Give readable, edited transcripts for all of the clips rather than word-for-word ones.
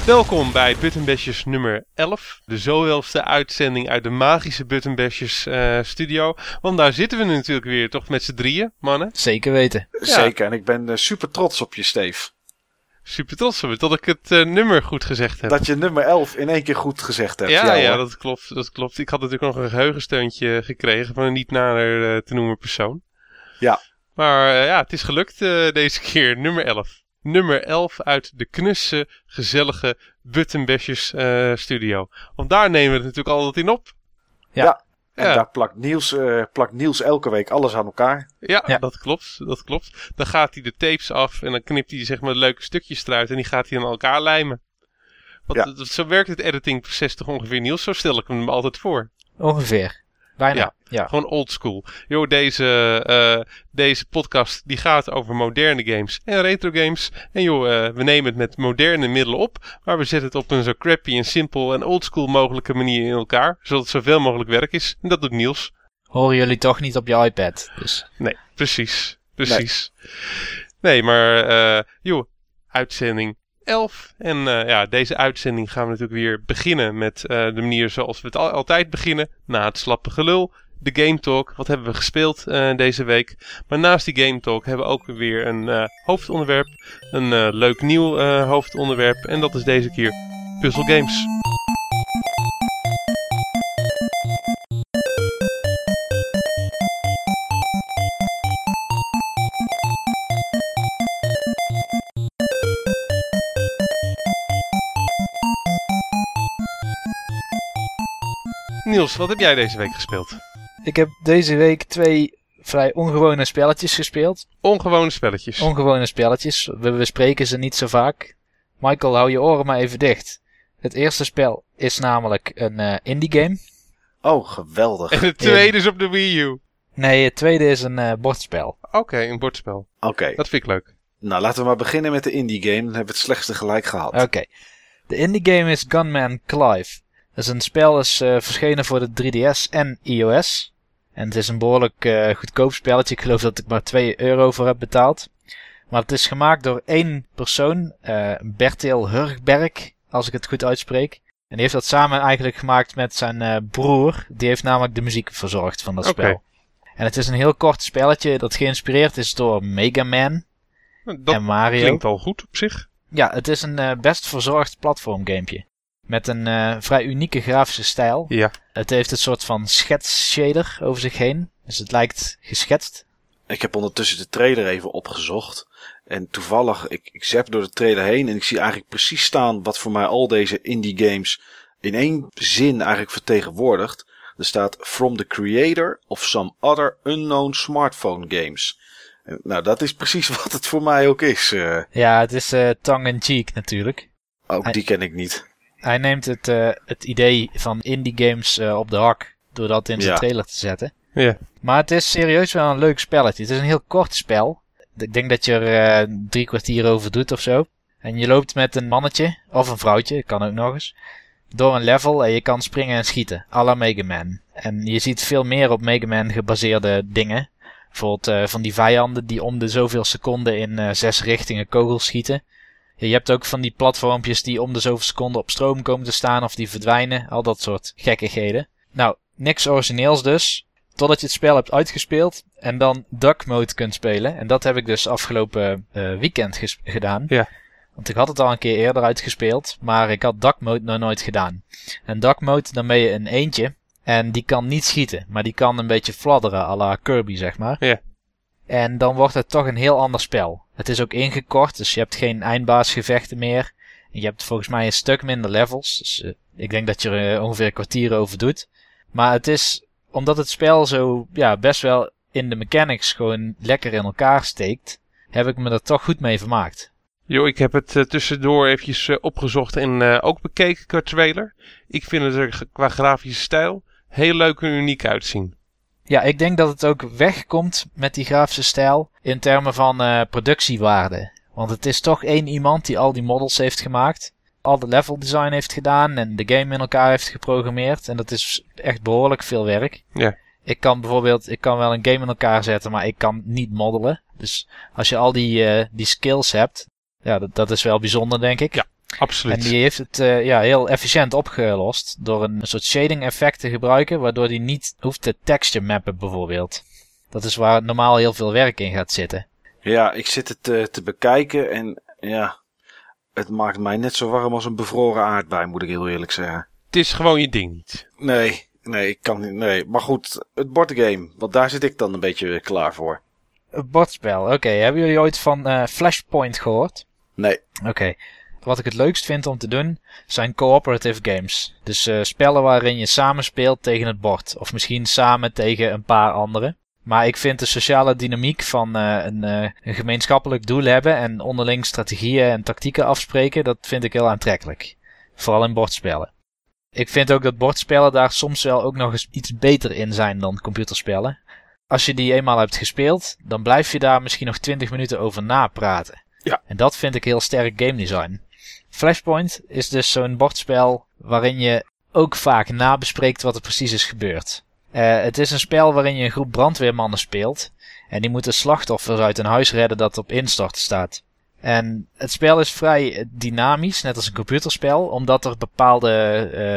Welkom bij Button Bashers nummer 11. De zoveelste uitzending uit de magische Button Bashers studio. Want daar zitten we nu natuurlijk weer toch met z'n drieën, mannen. Zeker weten. Ja. Zeker, en ik ben super trots op je, Steve. Super trots op het, dat ik het nummer goed gezegd heb. Dat je nummer 11 in één keer goed gezegd hebt. Ja, dat klopt. Ik had natuurlijk nog een geheugensteuntje gekregen van een niet nader te noemen persoon. Ja. Maar het is gelukt deze keer, nummer 11. Nummer 11 uit de knusse, gezellige Button Bashers studio. Want daar nemen we het natuurlijk altijd in op. Ja. En daar plakt Niels elke week alles aan elkaar. Ja. Dat klopt. Dan gaat hij de tapes af en dan knipt hij zeg maar leuke stukjes eruit en die gaat hij aan elkaar lijmen. Want zo werkt het editingproces toch ongeveer, Niels? Zo stel ik hem altijd voor. Ongeveer. Bijna. Ja. Gewoon oldschool. Deze podcast die gaat over moderne games en retro games. En we nemen het met moderne middelen op. Maar we zetten het op een zo crappy en simpel en oldschool mogelijke manier in elkaar. Zodat het zoveel mogelijk werk is. En dat doet Niels. Horen jullie toch niet op je iPad. Dus. Nee, precies. Nee, maar uitzending 11. En deze uitzending gaan we natuurlijk weer beginnen met de manier zoals we het altijd beginnen. Na het slappe gelul, de Game Talk. Wat hebben we gespeeld deze week? Maar naast die Game Talk hebben we ook weer een hoofdonderwerp. Een leuk nieuw hoofdonderwerp. En dat is deze keer Puzzle Games. Niels, wat heb jij deze week gespeeld? Ik heb deze week 2 vrij ongewone spelletjes gespeeld. Ongewone spelletjes. We bespreken ze niet zo vaak. Michael, hou je oren maar even dicht. Het eerste spel is namelijk een indie game. Oh, geweldig. En het tweede is op de Wii U. Nee, het tweede is een bordspel. Oké, een bordspel. Oké. Dat vind ik leuk. Nou, laten we maar beginnen met de indie game. Dan hebben we het slechtste gelijk gehad. Oké. De indie game is Gunman Clive. Dat is een spel dat is verschenen voor de 3DS en iOS. En het is een behoorlijk goedkoop spelletje. Ik geloof dat ik maar €2 voor heb betaald. Maar het is gemaakt door 1 persoon. Bertil Hurgberg, als ik het goed uitspreek. En die heeft dat samen eigenlijk gemaakt met zijn broer. Die heeft namelijk de muziek verzorgd van dat spel. En het is een heel kort spelletje dat geïnspireerd is door Mega Man en Mario. Klinkt al goed op zich. Ja, het is een best verzorgd platformgamepje. Met een vrij unieke grafische stijl. Ja. Het heeft een soort van schets-shader over zich heen. Dus het lijkt geschetst. Ik heb ondertussen de trailer even opgezocht. En toevallig, ik zap door de trailer heen en ik zie eigenlijk precies staan wat voor mij al deze indie games in één zin eigenlijk vertegenwoordigt. Er staat from the creator of some other unknown smartphone games. Nou, dat is precies wat het voor mij ook is. Ja, het is tongue-in-cheek natuurlijk. Ook die ken ik niet. Hij neemt het idee van indie games op de hak door dat in zijn trailer te zetten. Ja. Maar het is serieus wel een leuk spelletje. Het is een heel kort spel. Ik denk dat je er 3 kwartier over doet of zo. En je loopt met een mannetje, of een vrouwtje, kan ook nog eens, door een level en je kan springen en schieten, à la Mega Man. En je ziet veel meer op Mega Man gebaseerde dingen. Bijvoorbeeld van die vijanden die om de zoveel seconden in 6 richtingen kogels schieten. Je hebt ook van die platformpjes die om de zoveel seconden op stroom komen te staan of die verdwijnen. Al dat soort gekkigheden. Nou, niks origineels dus. Totdat je het spel hebt uitgespeeld en dan Duck Mode kunt spelen. En dat heb ik dus afgelopen weekend gedaan. Ja. Want ik had het al een keer eerder uitgespeeld, maar ik had Duck Mode nog nooit gedaan. En Duck Mode, dan ben je een eentje en die kan niet schieten. Maar die kan een beetje fladderen, à la Kirby zeg maar. Ja. En dan wordt het toch een heel ander spel. Het is ook ingekort, dus je hebt geen eindbaasgevechten meer. En je hebt volgens mij een stuk minder levels. Dus ik denk dat je er ongeveer een kwartier over doet. Maar het is, omdat het spel zo best wel in de mechanics gewoon lekker in elkaar steekt, heb ik me er toch goed mee vermaakt. Ik heb het tussendoor eventjes opgezocht en ook bekeken qua trailer. Ik vind het er qua grafische stijl heel leuk en uniek uitzien. Ja, ik denk dat het ook wegkomt met die grafische stijl in termen van productiewaarde. Want het is toch 1 iemand die al die models heeft gemaakt, al de level design heeft gedaan en de game in elkaar heeft geprogrammeerd. En dat is echt behoorlijk veel werk. Ja. Ik kan wel een game in elkaar zetten, maar ik kan niet modellen. Dus als je al die skills hebt, ja, dat is wel bijzonder, denk ik. Ja. Absoluut. En die heeft het heel efficiënt opgelost door een soort shading effect te gebruiken, waardoor die niet hoeft te texture mappen bijvoorbeeld. Dat is waar normaal heel veel werk in gaat zitten. Ja, ik zit het te bekijken en ja, het maakt mij net zo warm als een bevroren aardbei, moet ik heel eerlijk zeggen. Het is gewoon je ding niet. Nee, ik kan niet. Nee, maar goed, het bordgame, want daar zit ik dan een beetje klaar voor. Een bordspel, oké. Hebben jullie ooit van Flashpoint gehoord? Nee. Oké. Wat ik het leukst vind om te doen, zijn cooperative games. Dus spellen waarin je samen speelt tegen het bord. Of misschien samen tegen een paar anderen. Maar ik vind de sociale dynamiek van een gemeenschappelijk doel hebben en onderling strategieën en tactieken afspreken, dat vind ik heel aantrekkelijk. Vooral in bordspellen. Ik vind ook dat bordspellen daar soms wel ook nog eens iets beter in zijn dan computerspellen. Als je die eenmaal hebt gespeeld, dan blijf je daar misschien nog 20 minuten over napraten. Ja. En dat vind ik heel sterk game design. Flashpoint is dus zo'n bordspel waarin je ook vaak nabespreekt wat er precies is gebeurd. Het is een spel waarin je een groep brandweermannen speelt. En die moeten slachtoffers uit een huis redden dat op instorten staat. En het spel is vrij dynamisch, net als een computerspel, omdat er bepaalde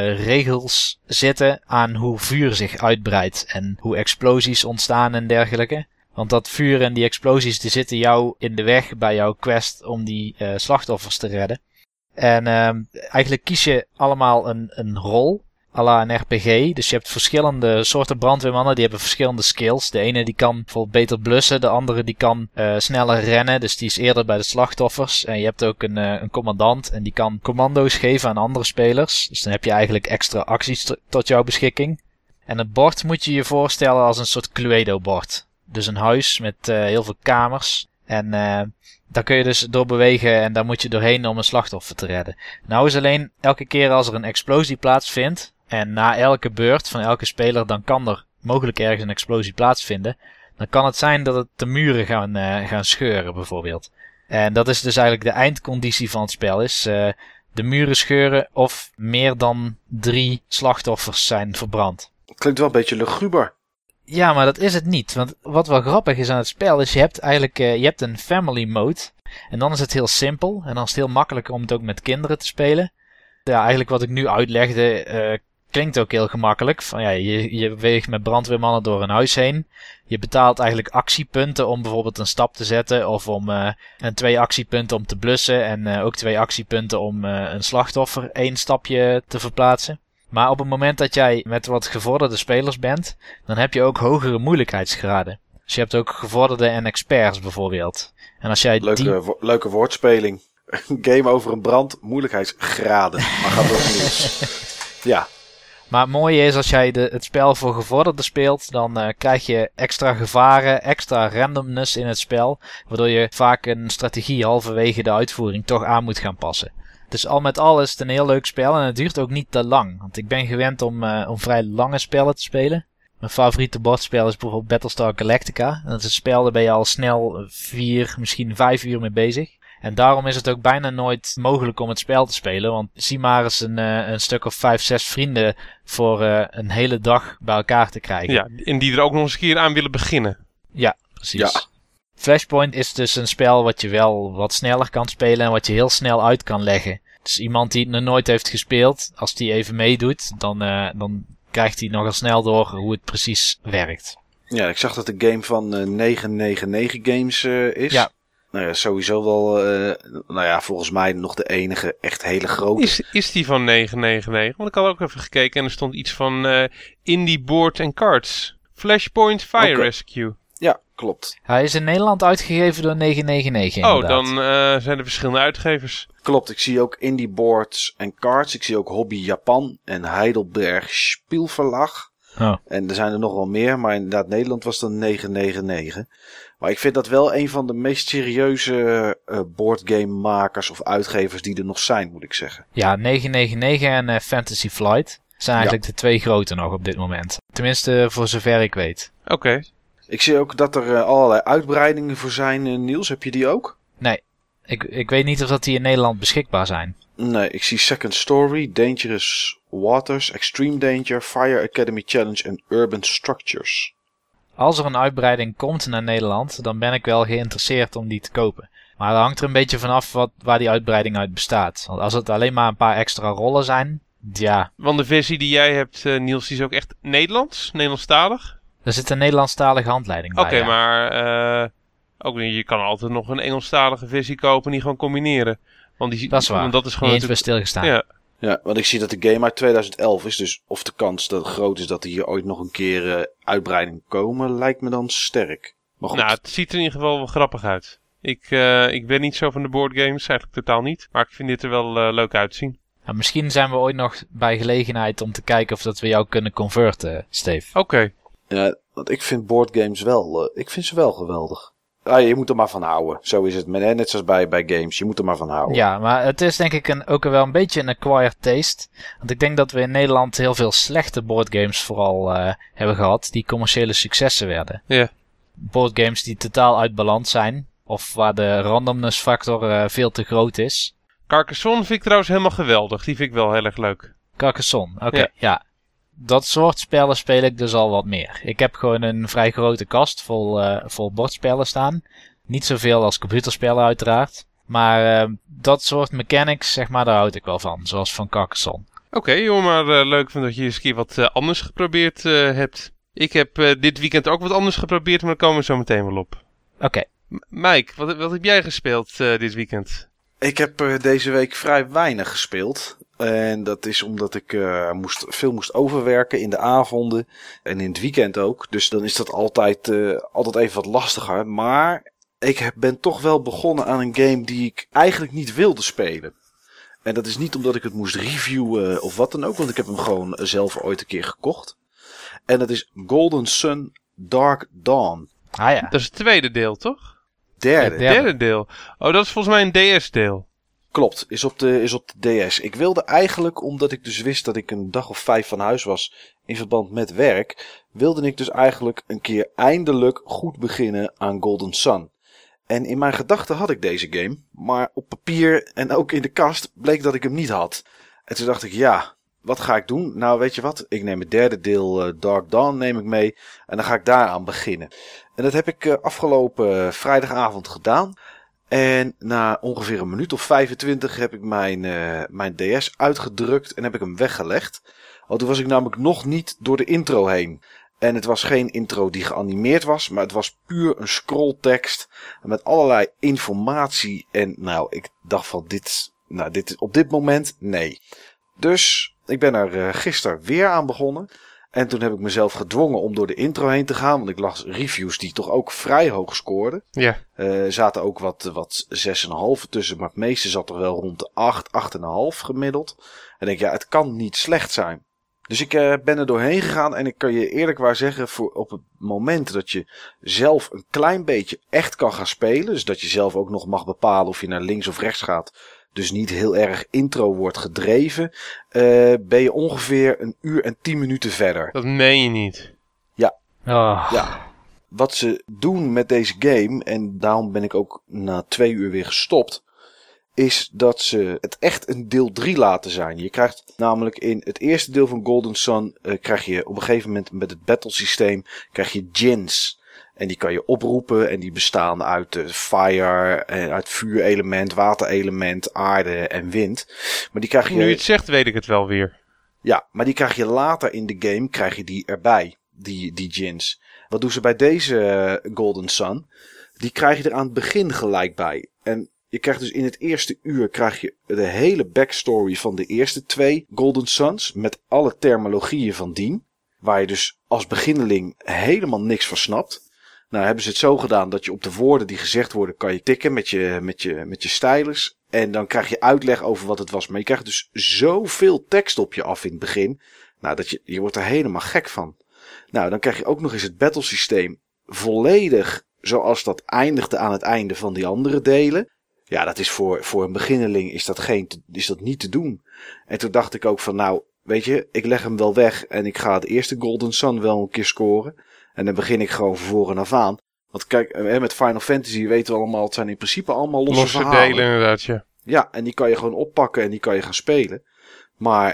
regels zitten aan hoe vuur zich uitbreidt en hoe explosies ontstaan en dergelijke. Want dat vuur en die explosies die zitten jou in de weg bij jouw quest om die slachtoffers te redden. En eigenlijk kies je allemaal een rol, à la een RPG. Dus je hebt verschillende soorten brandweermannen, die hebben verschillende skills. De ene die kan bijvoorbeeld beter blussen, de andere die kan sneller rennen, dus die is eerder bij de slachtoffers. En je hebt ook een commandant en die kan commando's geven aan andere spelers. Dus dan heb je eigenlijk extra acties tot jouw beschikking. En het bord moet je je voorstellen als een soort Cluedo-bord. Dus een huis met heel veel kamers. En daar kun je dus door bewegen en daar moet je doorheen om een slachtoffer te redden. Nou is alleen elke keer als er een explosie plaatsvindt, en na elke beurt van elke speler, dan kan er mogelijk ergens een explosie plaatsvinden. Dan kan het zijn dat het de muren gaan scheuren bijvoorbeeld. En dat is dus eigenlijk de eindconditie van het spel is de muren scheuren of meer dan 3 slachtoffers zijn verbrand. Klinkt wel een beetje luguber. Ja, maar dat is het niet. Want wat wel grappig is aan het spel is, je hebt een family mode. En dan is het heel simpel. En dan is het heel makkelijk om het ook met kinderen te spelen. Ja, eigenlijk wat ik nu uitlegde, klinkt ook heel gemakkelijk. Van, ja, je beweegt met brandweermannen door een huis heen. Je betaalt eigenlijk actiepunten om bijvoorbeeld een stap te zetten. Of en 2 actiepunten om te blussen. En ook 2 actiepunten om een slachtoffer 1 stapje te verplaatsen. Maar op het moment dat jij met wat gevorderde spelers bent, dan heb je ook hogere moeilijkheidsgraden. Dus je hebt ook gevorderde en experts bijvoorbeeld. En als jij leuke woordspeling. Een game over een brand, moeilijkheidsgraden. Maar gaat ook niet. Ja. Maar het mooie is, als jij het spel voor gevorderden speelt, dan krijg je extra gevaren, extra randomness in het spel, waardoor je vaak een strategie halverwege de uitvoering toch aan moet gaan passen. Dus al met al is het een heel leuk spel en het duurt ook niet te lang. Want ik ben gewend om vrij lange spellen te spelen. Mijn favoriete bordspel is bijvoorbeeld Battlestar Galactica. Dat is een spel, daar ben je al snel 4, misschien 5 uur mee bezig. En daarom is het ook bijna nooit mogelijk om het spel te spelen. Want zie maar eens een stuk of 5, 6 vrienden voor een hele dag bij elkaar te krijgen. Ja, en die er ook nog eens een keer aan willen beginnen. Ja, precies. Ja. Flashpoint is dus een spel wat je wel wat sneller kan spelen en wat je heel snel uit kan leggen. Dus iemand die het nog nooit heeft gespeeld, als die even meedoet, dan krijgt hij nogal snel door hoe het precies werkt. Ja, ik zag dat de game van 999 Games is. Ja. Nou ja, sowieso wel, volgens mij nog de enige echt hele grote. Is die van 999? Want ik had ook even gekeken en er stond iets van Indie Board and Cards. Flashpoint Fire Rescue. Ja, klopt. Hij is in Nederland uitgegeven door 999 Oh, inderdaad. dan zijn er verschillende uitgevers. Klopt, ik zie ook Indie Boards and Cards. Ik zie ook Hobby Japan en Heidelberg Spielverlag. Oh. En er zijn er nog wel meer, maar inderdaad Nederland was dan 999. Maar ik vind dat wel een van de meest serieuze boardgame makers of uitgevers die er nog zijn, moet ik zeggen. Ja, 999 en Fantasy Flight zijn eigenlijk de 2 grote nog op dit moment. Tenminste, voor zover ik weet. Oké. Ik zie ook dat er allerlei uitbreidingen voor zijn. Niels, heb je die ook? Nee, ik weet niet of dat die in Nederland beschikbaar zijn. Nee, ik zie Second Story, Dangerous Waters, Extreme Danger, Fire Academy Challenge en Urban Structures. Als er een uitbreiding komt naar Nederland, dan ben ik wel geïnteresseerd om die te kopen. Maar dat hangt er een beetje vanaf waar die uitbreiding uit bestaat. Want als het alleen maar een paar extra rollen zijn, ja. Want de versie die jij hebt, Niels, die is ook echt Nederlandstalig? Er zit een Nederlandstalige handleiding bij. Oké, maar ook je kan altijd nog een Engelstalige versie kopen en die gewoon combineren. Want dat is waar. Want dat is gewoon niet eens bij stilgestaan. Ja. Ja, want ik zie dat de game uit 2011 is. Dus of de kans dat groot is dat er hier ooit nog een keer uitbreiding komen, lijkt me dan sterk. Maar goed. Nou, het ziet er in ieder geval wel grappig uit. Ik ben niet zo van de boardgames, eigenlijk totaal niet. Maar ik vind dit er wel leuk uitzien. Nou, misschien zijn we ooit nog bij gelegenheid om te kijken of dat we jou kunnen converten, Steve. Oké. Ja, want ik vind boardgames wel, ik vind ze wel geweldig. Je moet er maar van houden. Zo is het. Net zoals bij games. Je moet er maar van houden. Ja, maar het is denk ik ook wel een beetje een acquired taste. Want ik denk dat we in Nederland heel veel slechte boardgames vooral hebben gehad. Die commerciële successen werden. Ja. Boardgames die totaal uit balans zijn. Of waar de randomness factor veel te groot is. Carcassonne vind ik trouwens helemaal geweldig. Die vind ik wel heel erg leuk. Carcassonne, oké, ja. Dat soort spellen speel ik dus al wat meer. Ik heb gewoon een vrij grote kast vol bordspellen staan. Niet zoveel als computerspellen uiteraard. Maar dat soort mechanics, zeg maar, daar houd ik wel van. Zoals van Carcassonne. Oké, joh, maar leuk dat je eens een keer wat anders geprobeerd hebt. Ik heb dit weekend ook wat anders geprobeerd, maar daar komen we zo meteen wel op. Oké. Mike, wat heb jij gespeeld dit weekend? Ik heb deze week vrij weinig gespeeld. En dat is omdat ik veel moest overwerken in de avonden en in het weekend ook. Dus dan is dat altijd even wat lastiger. Maar ik ben toch wel begonnen aan een game die ik eigenlijk niet wilde spelen. En dat is niet omdat ik het moest reviewen of wat dan ook. Want ik heb hem gewoon zelf ooit een keer gekocht. En dat is Golden Sun Dark Dawn. Ah ja. Dat is het tweede deel, toch? Derde deel. Oh, dat is volgens mij een DS-deel. Klopt, is op de DS. Ik wilde eigenlijk, omdat ik dus wist dat ik een dag of 5 van huis was in verband met werk, wilde ik dus eigenlijk een keer eindelijk goed beginnen aan Golden Sun. En in mijn gedachten had ik deze game, maar op papier en ook in de kast bleek dat ik hem niet had. En toen dacht ik, ja, wat ga ik doen? Nou, weet je wat? Ik neem het derde deel Dark Dawn neem ik mee en dan ga ik daaraan beginnen. En dat heb ik afgelopen vrijdagavond gedaan. En na ongeveer een minuut of 25 heb ik mijn DS uitgedrukt en heb ik hem weggelegd. Want toen was ik namelijk nog niet door de intro heen. En het was geen intro die geanimeerd was, maar het was puur een scrolltekst met allerlei informatie. En nou, ik dacht van dit op dit moment, nee. Dus ik ben er gisteren weer aan begonnen. En toen heb ik mezelf gedwongen om door de intro heen te gaan. Want ik las reviews die toch ook vrij hoog scoorden. Ja. Zaten ook wat 6,5 tussen. Maar het meeste zat er wel rond de 8, 8,5 gemiddeld. En denk ja, het kan niet slecht zijn. Dus ik ben er doorheen gegaan. En ik kan je eerlijk waar zeggen, op het moment dat je zelf een klein beetje echt kan gaan spelen. Dus dat je zelf ook nog mag bepalen of je naar links of rechts gaat. Dus niet heel erg intro wordt gedreven. Ben je ongeveer 1 uur en 10 minuten verder. Dat meen je niet. Ja. Oh. Ja. Wat ze doen met deze game, en daarom ben ik ook na 2 uur weer gestopt, is dat ze het echt een deel 3 laten zijn. Je krijgt namelijk in het eerste deel van Golden Sun, krijg je op een gegeven moment met het battle systeem, krijg je djinns. En die kan je oproepen en die bestaan uit fire, uit vuurelement, waterelement, aarde en wind. Maar die krijg je... Nu je het zegt, weet ik het wel weer. Ja, maar die krijg je later in de game, krijg je die erbij, die djinns. Wat doen ze bij deze Golden Sun? Die krijg je er aan het begin gelijk bij. En je krijgt dus in het eerste uur krijg je de hele backstory van de eerste 2 Golden Suns met alle terminologieën van dien. Waar je dus als beginneling helemaal niks van snapt. Nou hebben ze het zo gedaan dat je op de woorden die gezegd worden kan je tikken met je stylus. En dan krijg je uitleg over wat het was. Maar je krijgt dus zoveel tekst op je af in het begin. Nou, dat je wordt er helemaal gek van. Nou, dan krijg je ook nog eens het battle systeem volledig zoals dat eindigde aan het einde van die andere delen. Ja, dat is voor een beginneling is dat niet te doen. En toen dacht ik ook van nou, weet je, ik leg hem wel weg en ik ga de eerste Golden Sun wel een keer scoren. En dan begin ik gewoon van voren af aan. Want kijk, met Final Fantasy weten we allemaal, het zijn in principe allemaal losse verhalen. Delen inderdaad, ja. Ja, en die kan je gewoon oppakken en die kan je gaan spelen. Maar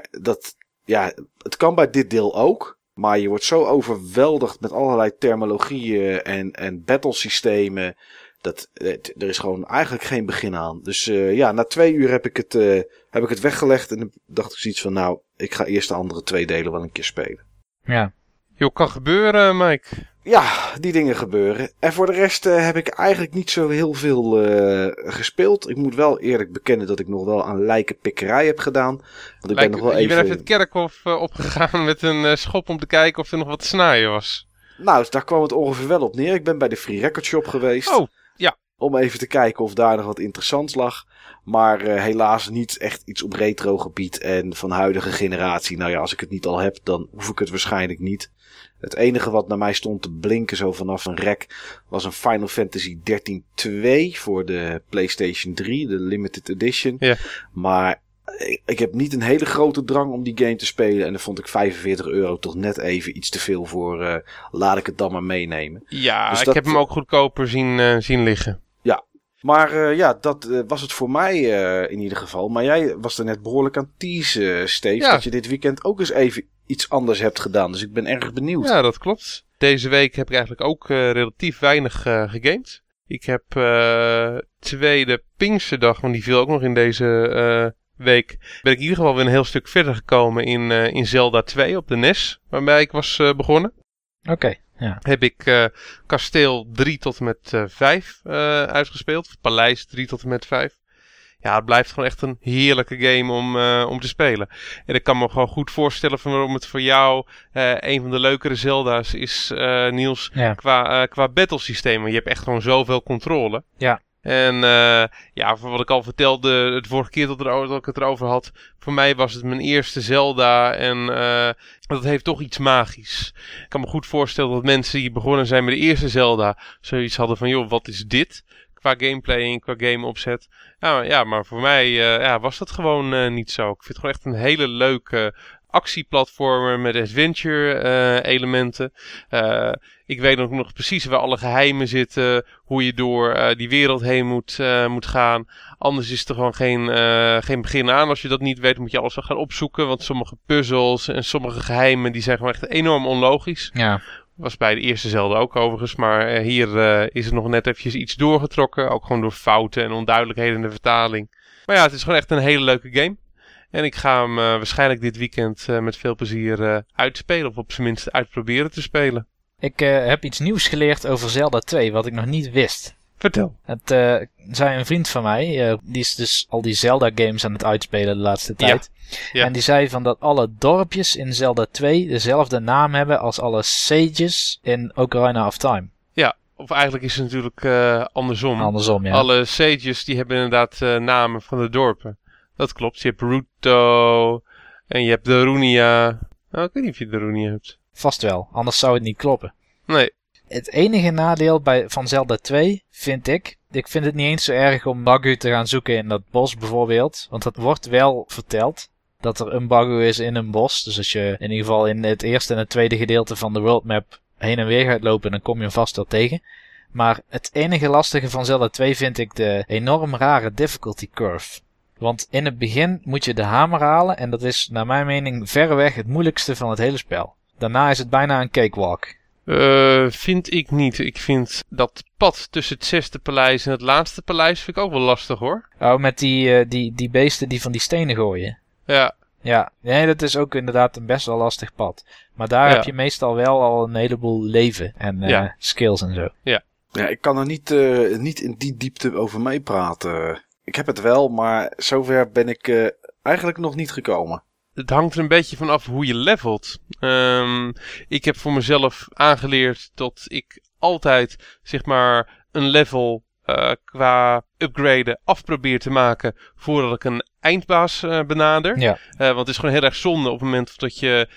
het kan bij dit deel ook. Maar je wordt zo overweldigd met allerlei terminologieën en battlesystemen. Er is gewoon eigenlijk geen begin aan. Dus na 2 uur heb ik het weggelegd. En dan dacht ik zoiets van, nou, ik ga eerst de andere 2 delen wel een keer spelen. Ja. Jo, kan gebeuren, Mike. Ja, die dingen gebeuren. En voor de rest heb ik eigenlijk niet zo heel veel gespeeld. Ik moet wel eerlijk bekennen dat ik nog wel aan lijkenpikkerij heb gedaan. Want ik ben nog wel even... Je bent even het kerkhof opgegaan met een schop om te kijken of er nog wat te snijden was. Nou, daar kwam het ongeveer wel op neer. Ik ben bij de Free Record Shop geweest. Oh, ja. Om even te kijken of daar nog wat interessants lag. Maar helaas niet echt iets op retro gebied en van huidige generatie. Nou ja, als ik het niet al heb, dan hoef ik het waarschijnlijk niet. Het enige wat naar mij stond te blinken zo vanaf een rek was een Final Fantasy 13-2 voor de PlayStation 3, de Limited Edition. Ja. Maar ik heb niet een hele grote drang om die game te spelen. En dan vond ik €45 toch net even iets te veel voor laat ik het dan maar meenemen. Ja, dus ik heb hem ook goedkoper zien liggen. Ja, maar dat was het voor mij in ieder geval. Maar jij was er net behoorlijk aan teasen, Steve, Ja. dat je dit weekend ook eens even iets anders hebt gedaan. Dus ik ben erg benieuwd. Ja, dat klopt. Deze week heb ik eigenlijk ook relatief weinig gegamed. Ik heb tweede Pinksterdag, want die viel ook nog in deze week, ben ik in ieder geval weer een heel stuk verder gekomen in Zelda 2 op de NES, waarbij ik was begonnen. Oké, ja. Heb ik kasteel 3 tot en met 5 uitgespeeld. Of paleis 3 tot en met 5. Ja, het blijft gewoon echt een heerlijke game om te spelen. En ik kan me gewoon goed voorstellen van waarom het voor jou een van de leukere Zelda's is, Niels, Ja. qua battlesysteem. Want je hebt echt gewoon zoveel controle. Ja. En voor wat ik al vertelde de vorige keer dat ik het erover had. Voor mij was het mijn eerste Zelda en dat heeft toch iets magisch. Ik kan me goed voorstellen dat mensen die begonnen zijn met de eerste Zelda zoiets hadden van, joh, wat is dit? Qua gameplay en qua gameopzet. Ja, maar voor mij was dat gewoon niet zo. Ik vind het gewoon echt een hele leuke actieplatformer met adventure elementen. Ik weet ook nog precies waar alle geheimen zitten. Hoe je door die wereld heen moet gaan. Anders is er gewoon geen begin aan. Als je dat niet weet, moet je alles wel gaan opzoeken. Want sommige puzzels en sommige geheimen die zijn gewoon echt enorm onlogisch. Ja. Was bij de eerste Zelda ook overigens. Maar hier is het nog net eventjes iets doorgetrokken. Ook gewoon door fouten en onduidelijkheden in de vertaling. Maar ja, het is gewoon echt een hele leuke game. En ik ga hem waarschijnlijk dit weekend met veel plezier uitspelen. Of op zijn minst uitproberen te spelen. Ik heb iets nieuws geleerd over Zelda 2, wat ik nog niet wist. Vertel. Het zei een vriend van mij, die is dus al die Zelda games aan het uitspelen de laatste tijd. Ja. En die zei van dat alle dorpjes in Zelda 2 dezelfde naam hebben als alle sages in Ocarina of Time. Ja, of eigenlijk is het natuurlijk andersom. Andersom, ja. Alle sages die hebben inderdaad namen van de dorpen. Dat klopt. Je hebt Ruto en je hebt Darunia. Nou, ik weet niet of je Darunia hebt. Vast wel, anders zou het niet kloppen. Nee. Het enige nadeel van Zelda 2 vind ik vind het niet eens zo erg om Bagu te gaan zoeken in dat bos bijvoorbeeld. Want dat wordt wel verteld dat er een Bagu is in een bos. Dus als je in ieder geval in het eerste en het tweede gedeelte van de worldmap heen en weer gaat lopen, dan kom je hem vast wel tegen. Maar het enige lastige van Zelda 2 vind ik de enorm rare difficulty curve. Want in het begin moet je de hamer halen en dat is naar mijn mening verreweg het moeilijkste van het hele spel. Daarna is het bijna een cakewalk. Vind ik niet. Ik vind dat pad tussen het 6e paleis en het laatste paleis vind ik ook wel lastig hoor. Oh, met die beesten die van die stenen gooien. Ja. Ja, nee, dat is ook inderdaad een best wel lastig pad. Maar daar heb je meestal wel al een heleboel leven en skills en zo. Ja, ik kan er niet in die diepte over meepraten. Ik heb het wel, maar zover ben ik eigenlijk nog niet gekomen. Het hangt er een beetje van af hoe je levelt. Ik heb voor mezelf aangeleerd dat ik altijd zeg maar een level qua upgraden afprobeer te maken voordat ik een eindbaas benader. Ja. Want het is gewoon heel erg zonde op het moment dat je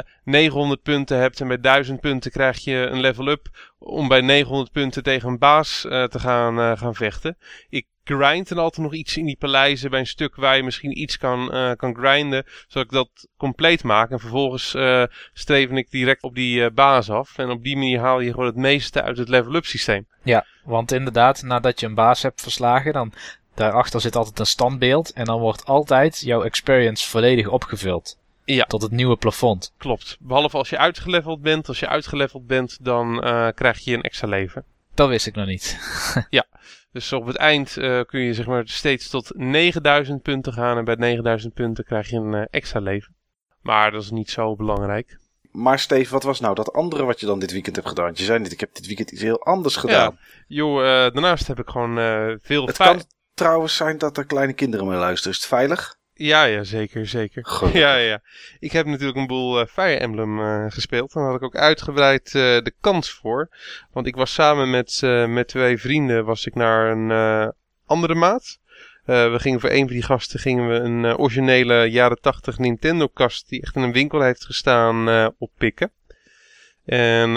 900 punten hebt en bij 1000 punten krijg je een level up om bij 900 punten tegen een baas te gaan vechten. Ik grind en altijd nog iets in die paleizen bij een stuk waar je misschien iets kan grinden, zodat ik dat compleet maak. En vervolgens streven ik direct op die baas af. En op die manier haal je gewoon het meeste uit het level-up systeem. Ja, want inderdaad, nadat je een baas hebt verslagen, dan daarachter zit altijd een standbeeld. En dan wordt altijd jouw experience volledig opgevuld. Ja. Tot het nieuwe plafond. Klopt. Behalve als je uitgeleveld bent. Als je uitgeleveld bent, dan krijg je een extra leven. Dat wist ik nog niet. Dus op het eind kun je zeg maar steeds tot 9000 punten gaan. En bij 9000 punten krijg je een extra leven. Maar dat is niet zo belangrijk. Maar Steve, wat was nou dat andere wat je dan dit weekend hebt gedaan? Want je zei net, ik heb dit weekend iets heel anders gedaan. Ja, daarnaast heb ik gewoon veel... Het kan trouwens zijn dat er kleine kinderen mee luisteren. Is het veilig? Ja, zeker. Goed. Ja. Ik heb natuurlijk een boel Fire Emblem gespeeld. Daar had ik ook uitgebreid de kans voor. Want ik was samen met 2 vrienden was ik naar een andere maat. We gingen voor een van die gasten een originele jaren 80 Nintendo kast die echt in een winkel heeft gestaan oppikken. En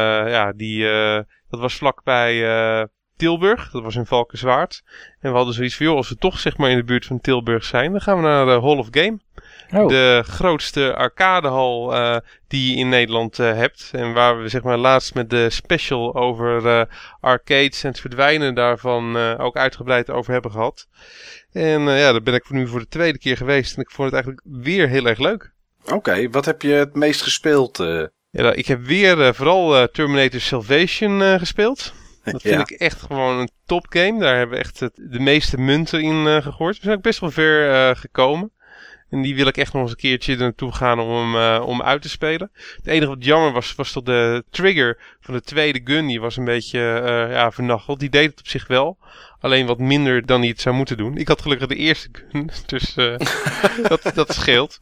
dat was vlakbij Tilburg. Dat was in Valkenswaard. En we hadden zoiets van, als we toch zeg maar in de buurt van Tilburg zijn, dan gaan we naar de Hall of Game. Oh. De grootste arcadehal die je in Nederland hebt. En waar we zeg maar laatst met de special over arcades en het verdwijnen daarvan ook uitgebreid over hebben gehad. En daar ben ik nu voor de 2e keer geweest. En ik vond het eigenlijk weer heel erg leuk. Oké, wat heb je het meest gespeeld? Ja, ik heb weer vooral Terminator Salvation gespeeld. Dat vind ik echt gewoon een topgame. Daar hebben we echt de meeste munten in gegooid. We zijn ook best wel ver gekomen. En die wil ik echt nog eens een keertje naartoe gaan om uit te spelen. Het enige wat jammer was dat de trigger van de tweede gun, die was een beetje vernacheld. Die deed het op zich wel. Alleen wat minder dan hij het zou moeten doen. Ik had gelukkig de eerste gun, dus dat scheelt.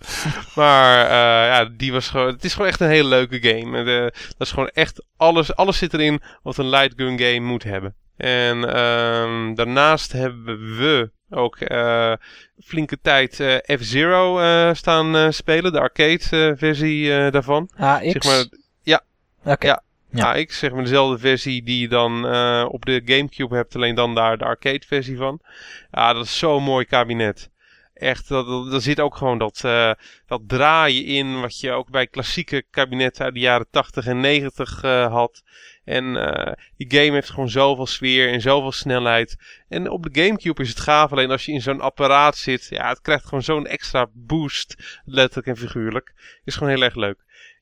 Maar die was gewoon, het is gewoon echt een hele leuke game. Dat is gewoon echt alles zit erin wat een light gun game moet hebben. En daarnaast hebben we ook flinke tijd F-Zero staan spelen. De arcade versie daarvan. AX? Zeg maar, ja. Oké. Ja. Ja, ik zeg maar dezelfde versie die je dan op de Gamecube hebt, alleen dan daar de arcade versie van. Ja, dat is zo'n mooi kabinet. Echt, daar zit ook gewoon dat draaien in wat je ook bij klassieke kabinetten uit de jaren 80 en 90 had. En die game heeft gewoon zoveel sfeer en zoveel snelheid. En op de Gamecube is het gaaf, alleen als je in zo'n apparaat zit, ja, het krijgt gewoon zo'n extra boost, letterlijk en figuurlijk. Is gewoon heel erg leuk.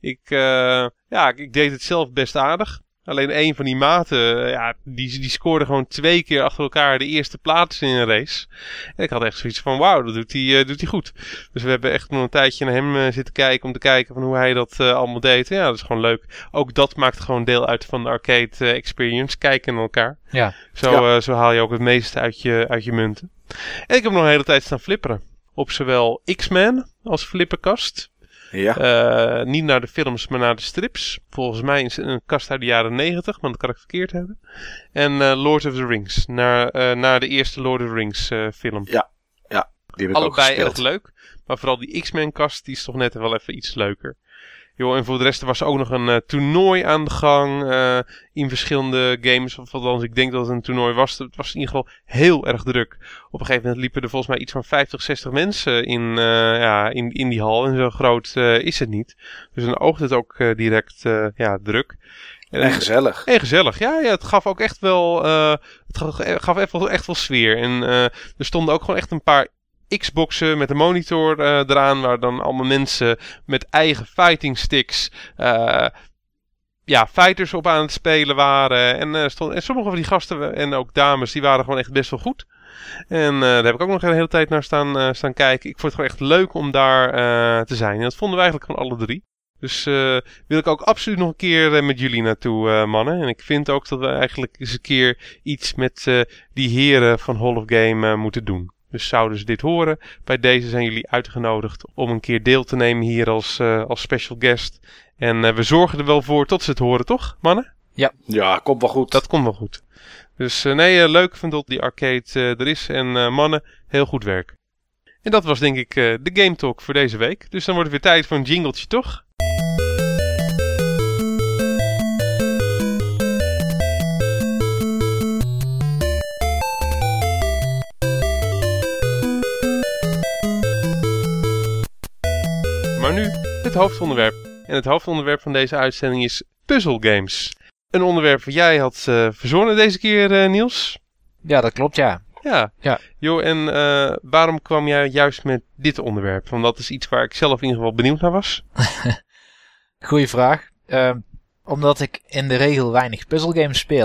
Ik deed het zelf best aardig. Alleen een van die maten, die scoorde gewoon 2 keer achter elkaar de eerste plaats in een race. En ik had echt zoiets van, wauw, dat doet hij goed. Dus we hebben echt nog een tijdje naar hem zitten kijken om te kijken van hoe hij dat allemaal deed. Ja, dat is gewoon leuk. Ook dat maakt gewoon deel uit van de arcade experience. Kijken naar elkaar. Ja. Zo haal je ook het meeste uit je munten. En ik heb nog een hele tijd staan flipperen. Op zowel X-Men als flipperkast. Ja. Niet naar de films, maar naar de strips. Volgens mij is het een kast uit de jaren 90, maar dat kan ik verkeerd hebben. En Lord of the Rings. Naar de eerste Lord of the Rings film. Ja, die heb ik allebei ook gespeeld. erg leuk. Maar vooral die X-Men kast, die is toch net wel even iets leuker. En voor de rest was er ook nog een toernooi aan de gang in verschillende games. Of althans, ik denk dat het een toernooi was. Het was in ieder geval heel erg druk. Op een gegeven moment liepen er volgens mij iets van 50, 60 mensen in die hal. En zo groot is het niet. Dus dan oogt het ook direct druk. En gezellig. En gezellig, ja. Het gaf ook echt wel, echt wel sfeer. En er stonden ook gewoon echt een paar Xboxen met een monitor eraan, waar dan allemaal mensen met eigen fighting sticks fighters op aan het spelen waren. En sommige van die gasten en ook dames, die waren gewoon echt best wel goed. En daar heb ik ook nog een hele tijd naar staan kijken. Ik vond het gewoon echt leuk om daar te zijn. En dat vonden we eigenlijk van alle 3. Dus wil ik ook absoluut nog een keer met jullie naartoe, mannen. En ik vind ook dat we eigenlijk eens een keer iets met die heren van Hall of Game moeten doen. Dus zouden ze dit horen, bij deze zijn jullie uitgenodigd om een keer deel te nemen hier als special guest. En we zorgen er wel voor tot ze het horen, toch, mannen? Ja, komt wel goed. Dat komt wel goed. Dus leuk vind dat die arcade er is. En mannen, heel goed werk. En dat was denk ik de Game Talk voor deze week. Dus dan wordt het weer tijd voor een jingletje, toch? Maar nu het hoofdonderwerp. En het hoofdonderwerp van deze uitzending is puzzle games. Een onderwerp wat jij had verzonnen deze keer, Niels. Ja, dat klopt, ja. Ja. En waarom kwam jij juist met dit onderwerp? Want dat is iets waar ik zelf in ieder geval benieuwd naar was. Goeie vraag. Omdat ik in de regel weinig puzzelgames speel.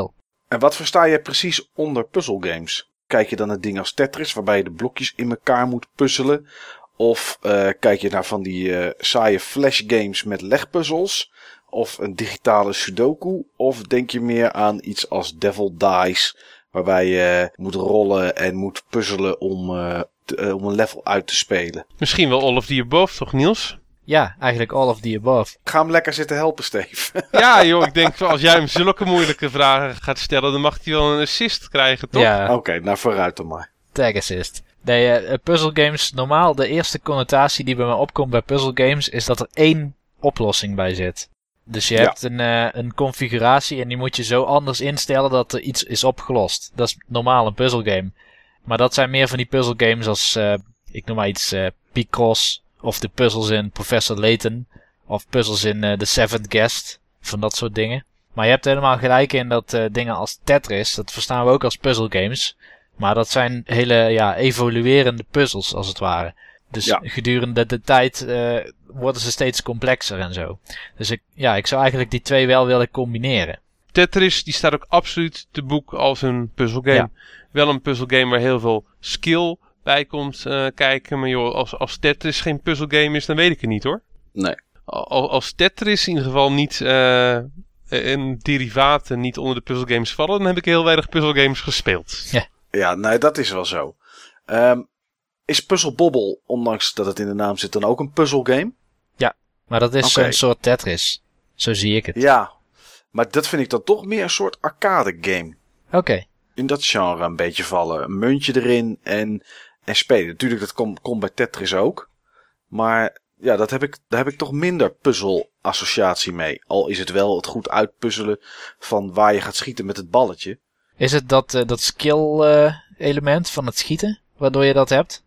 En wat versta je precies onder puzzelgames? Kijk je dan naar dingen als Tetris, waarbij je de blokjes in elkaar moet puzzelen? Of kijk je naar van die saaie flashgames met legpuzzels? Of een digitale sudoku? Of denk je meer aan iets als Devil Dice, waarbij je moet rollen en moet puzzelen om een level uit te spelen? Misschien wel all of the above, toch Niels? Ja, eigenlijk all of the above. Ga hem lekker zitten helpen, Steve. Ja joh, ik denk als jij hem zulke moeilijke vragen gaat stellen, dan mag hij wel een assist krijgen, toch? Ja, Oké, nou vooruit dan maar. tag assist. Nee, puzzelgames, normaal de eerste connotatie die bij me opkomt bij puzzelgames is dat er 1 oplossing bij zit. Dus je hebt een configuratie en die moet je zo anders instellen dat er iets is opgelost. Dat is normaal een puzzelgame. Maar dat zijn meer van die puzzelgames als, ik noem maar iets, Picross. Of de puzzels in Professor Layton. Of puzzels in The Seventh Guest. Van dat soort dingen. Maar je hebt helemaal gelijk in dat dingen als Tetris, dat verstaan we ook als puzzelgames. Maar dat zijn hele evoluerende puzzels als het ware. Dus gedurende de tijd worden ze steeds complexer en zo. Dus ik zou eigenlijk die 2 wel willen combineren. Tetris, die staat ook absoluut te boek als een puzzelgame. Ja. Wel een puzzelgame waar heel veel skill bij komt kijken. Maar joh, als Tetris geen puzzelgame is, dan weet ik het niet hoor. Nee. Als Tetris in ieder geval niet en derivaten niet onder de puzzelgames vallen, dan heb ik heel weinig puzzelgames gespeeld. Ja, nee, dat is wel zo. Is Puzzle Bobble, ondanks dat het in de naam zit, dan ook een puzzelgame? Ja, maar dat is Oké. een soort Tetris. Zo zie ik het. Ja, maar dat vind ik dan toch meer een soort arcade game. Oké. In dat genre een beetje vallen. Een muntje erin en spelen. Natuurlijk, dat komt bij Tetris ook. Maar ja, daar heb ik toch minder puzzel-associatie mee. Al is het wel het goed uitpuzzelen van waar je gaat schieten met het balletje. Is het dat skill element van het schieten, waardoor je dat hebt?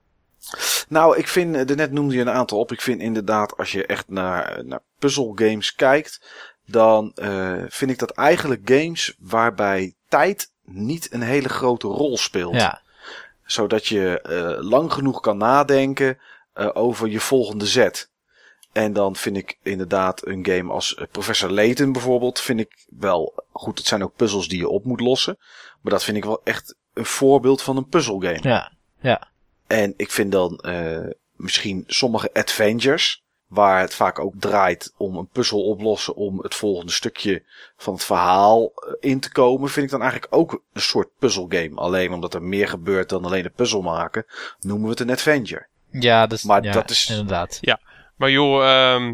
Nou, ik vind, net noemde je een aantal op. Ik vind inderdaad, als je echt naar puzzelgames kijkt, dan vind ik dat eigenlijk games waarbij tijd niet een hele grote rol speelt. Ja. Zodat je lang genoeg kan nadenken over je volgende zet. En dan vind ik inderdaad een game als Professor Layton bijvoorbeeld, vind ik wel goed. Het zijn ook puzzels die je op moet lossen. Maar dat vind ik wel echt een voorbeeld van een puzzelgame. Ja. En ik vind dan misschien sommige adventures, waar het vaak ook draait om een puzzel oplossen om het volgende stukje van het verhaal in te komen, vind ik dan eigenlijk ook een soort puzzelgame. Alleen omdat er meer gebeurt dan alleen een puzzel maken, noemen we het een adventure. Ja, dus, Maar ja, dat is... inderdaad. Ja, maar joh,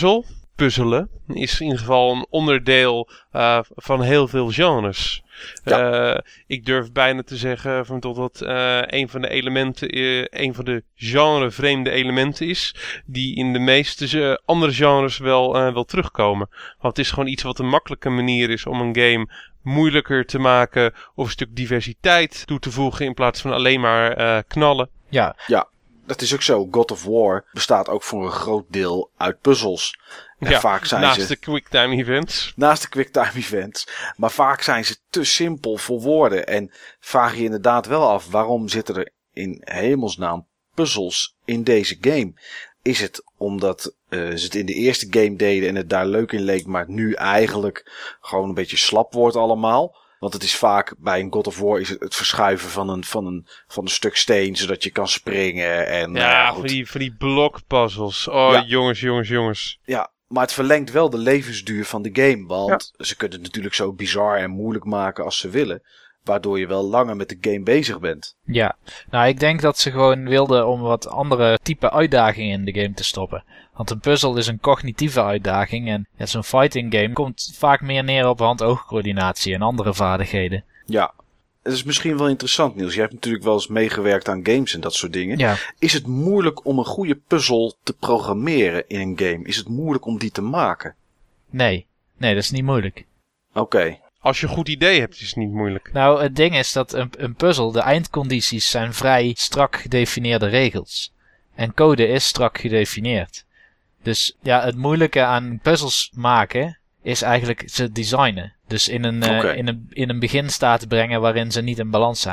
puzzelen is in ieder geval een onderdeel van heel veel genres. Ja. Ik durf bijna te zeggen dat een van de elementen, een van de genre-vreemde elementen is, die in de meeste andere genres wel terugkomen. Want het is gewoon iets wat een makkelijke manier is om een game moeilijker te maken of een stuk diversiteit toe te voegen in plaats van alleen maar knallen. Ja. Ja, dat is ook zo. God of War bestaat ook voor een groot deel uit puzzels. En vaak zijn naast de quicktime events. Naast de quicktime events. Maar vaak zijn ze te simpel voor woorden. En vraag je inderdaad wel af, waarom zitten er in hemelsnaam puzzels in deze game? Is het omdat ze het in de eerste game deden en het daar leuk in leek, maar nu eigenlijk gewoon een beetje slap wordt allemaal? Want het is vaak bij een God of War is het verschuiven van een stuk steen, zodat je kan springen. En, Ja, van die blokpuzzles. Oh, Ja. jongens. Ja, maar het verlengt wel de levensduur van de game. Want ze kunnen het natuurlijk zo bizar en moeilijk maken als ze willen. Waardoor je wel langer met de game bezig bent. Ja, nou ik denk dat ze gewoon wilden om wat andere type uitdagingen in de game te stoppen. Want een puzzel is een cognitieve uitdaging en zo'n fighting game komt vaak meer neer op hand-oogcoördinatie en andere vaardigheden. Ja, het is misschien wel interessant, Niels. Je hebt natuurlijk wel eens meegewerkt aan games en dat soort dingen. Ja. Is het moeilijk om een goede puzzel te programmeren in een game? Is het moeilijk om die te maken? Nee, dat is niet moeilijk. Oké. Als je een goed idee hebt, is het niet moeilijk. Nou, het ding is dat een puzzel, de eindcondities zijn vrij strak gedefinieerde regels. En code is strak gedefinieerd. Dus ja, het moeilijke aan puzzels maken is eigenlijk ze designen. Dus in een beginstaat brengen waarin ze niet in balans zijn.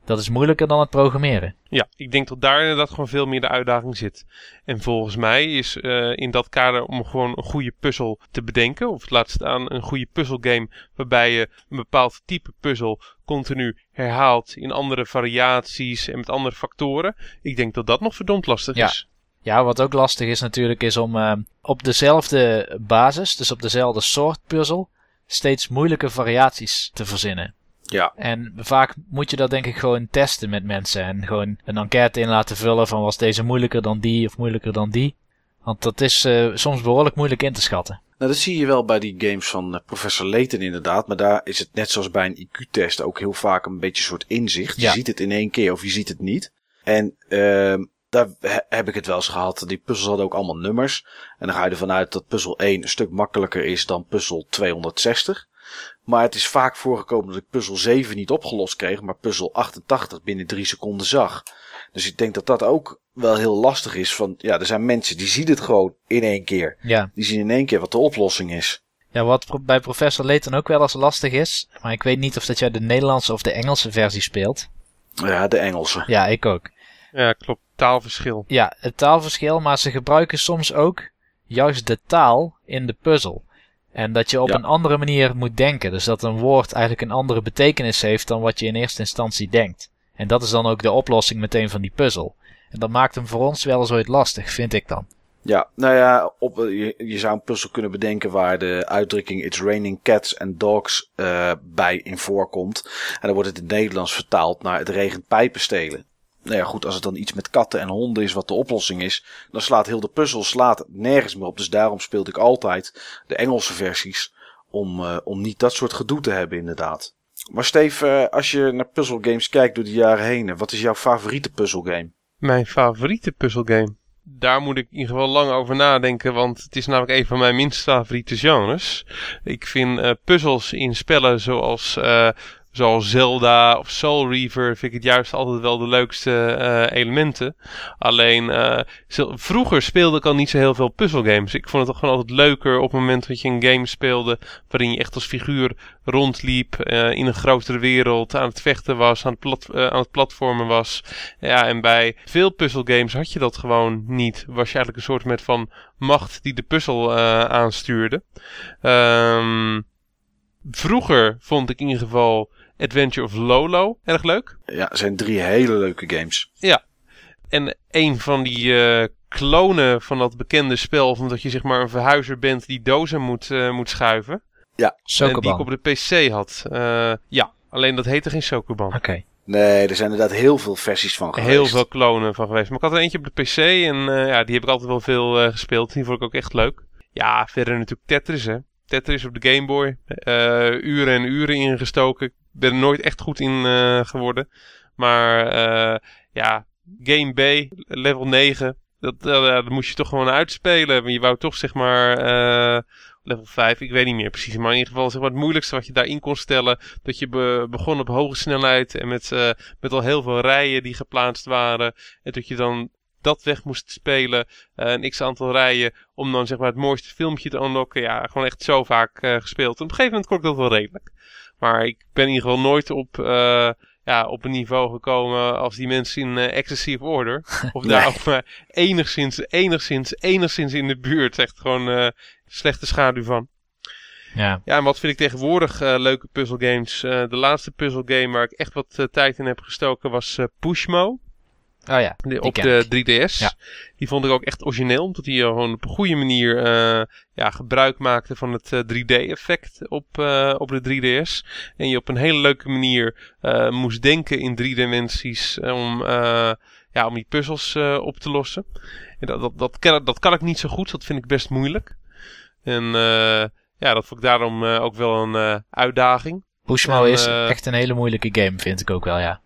Dat is moeilijker dan het programmeren. Ja, ik denk dat daar inderdaad gewoon veel meer de uitdaging zit. En volgens mij is in dat kader om gewoon een goede puzzel te bedenken, of laat staan een goede puzzelgame waarbij je een bepaald type puzzel continu herhaalt in andere variaties en met andere factoren. Ik denk dat dat nog verdomd lastig is. Ja, wat ook lastig is natuurlijk is om op dezelfde basis, dus op dezelfde soort puzzel, steeds moeilijke variaties te verzinnen. Ja. En vaak moet je dat denk ik gewoon testen met mensen. En gewoon een enquête in laten vullen van was deze moeilijker dan die of moeilijker dan die. Want dat is soms behoorlijk moeilijk in te schatten. Nou, dat zie je wel bij die games van Professor Layton inderdaad. Maar daar is het net zoals bij een IQ-test ook heel vaak een beetje een soort inzicht. Je ziet het in 1 keer of je ziet het niet. En daar heb ik het wel eens gehad. Die puzzels hadden ook allemaal nummers. En dan ga je ervan uit dat puzzel 1 een stuk makkelijker is dan puzzel 260. Maar het is vaak voorgekomen dat ik puzzel 7 niet opgelost kreeg, maar puzzel 88 binnen 3 seconden zag. Dus ik denk dat dat ook wel heel lastig is. Van, ja, er zijn mensen die zien het gewoon in 1 keer. Ja. Die zien in 1 keer wat de oplossing is. Ja, wat bij Professor Layton ook wel eens lastig is, maar ik weet niet of dat jij de Nederlandse of de Engelse versie speelt. Ja, de Engelse. Ja, ik ook. Ja, klopt. Taalverschil. Ja, het taalverschil, maar ze gebruiken soms ook juist de taal in de puzzel. En dat je op een andere manier moet denken. Dus dat een woord eigenlijk een andere betekenis heeft dan wat je in eerste instantie denkt. En dat is dan ook de oplossing meteen van die puzzel. En dat maakt hem voor ons wel eens ooit lastig, vind ik dan. Ja, nou ja, je zou een puzzel kunnen bedenken waar de uitdrukking It's raining cats and dogs bij in voorkomt. En dan wordt het in het Nederlands vertaald naar het regent pijpenstelen. Nou ja, goed, als het dan iets met katten en honden is wat de oplossing is, dan slaat heel de puzzel nergens meer op. Dus daarom speelde ik altijd de Engelse versies, om niet dat soort gedoe te hebben inderdaad. Maar Steve, als je naar puzzelgames kijkt door de jaren heen, wat is jouw favoriete puzzelgame? Mijn favoriete puzzelgame? Daar moet ik in ieder geval lang over nadenken, want het is namelijk een van mijn minst favoriete genres. Ik vind puzzels in spellen zoals Zelda of Soul Reaver vind ik het juist altijd wel de leukste elementen. Alleen vroeger speelde ik al niet zo heel veel puzzelgames. Ik vond het toch gewoon altijd leuker op het moment dat je een game speelde waarin je echt als figuur rondliep, in een grotere wereld, aan het vechten was, aan het platformen was. Ja, en bij veel puzzelgames had je dat gewoon niet. Was je eigenlijk een soort van macht die de puzzel aanstuurde. Vroeger vond ik in ieder geval Adventure of Lolo erg leuk. Ja, zijn 3 hele leuke games. Ja, en een van die klonen van dat bekende spel, van dat je zeg maar een verhuizer bent die dozen moet schuiven. Ja, en die ik op de PC had. Ja, alleen dat heette geen Sokoban. Oké. Nee, er zijn inderdaad heel veel versies van geweest. Heel veel klonen van geweest. Maar ik had er eentje op de PC en die heb ik altijd wel veel gespeeld. Die vond ik ook echt leuk. Ja, verder natuurlijk Tetris, hè. Tetris op de Game Boy. Uren en uren ingestoken. Ik ben er nooit echt goed in geworden. Maar ja, Game B, level 9. Dat moest je toch gewoon uitspelen. Je wou toch zeg maar level 5, ik weet niet meer precies. Maar in ieder geval zeg maar, het moeilijkste wat je daarin kon stellen. Dat je begon op hoge snelheid. En met al heel veel rijen die geplaatst waren. En dat je dan dat weg moest spelen, een x-aantal rijen, om dan zeg maar het mooiste filmpje te unlocken. Ja, gewoon echt zo vaak gespeeld. En op een gegeven moment kon ik dat wel redelijk. Maar ik ben in ieder geval nooit op een niveau gekomen als die mensen in Ecstasy of Order. Of daar ook maar enigszins in de buurt. Echt gewoon slechte schaduw van. Ja, en wat vind ik tegenwoordig leuke puzzelgames? De laatste puzzelgame waar ik echt wat tijd in heb gestoken was Pushmo. Oh ja, op de 3DS. Ja. Die vond ik ook echt origineel. Omdat hij gewoon op een goede manier gebruik maakte van het 3D-effect op de 3DS. En je op een hele leuke manier moest denken in 3 dimensies om die puzzels op te lossen. En dat kan ik niet zo goed. Dat vind ik best moeilijk. En dat vond ik daarom ook wel een uitdaging. Pushmo is echt een hele moeilijke game, vind ik ook wel, ja.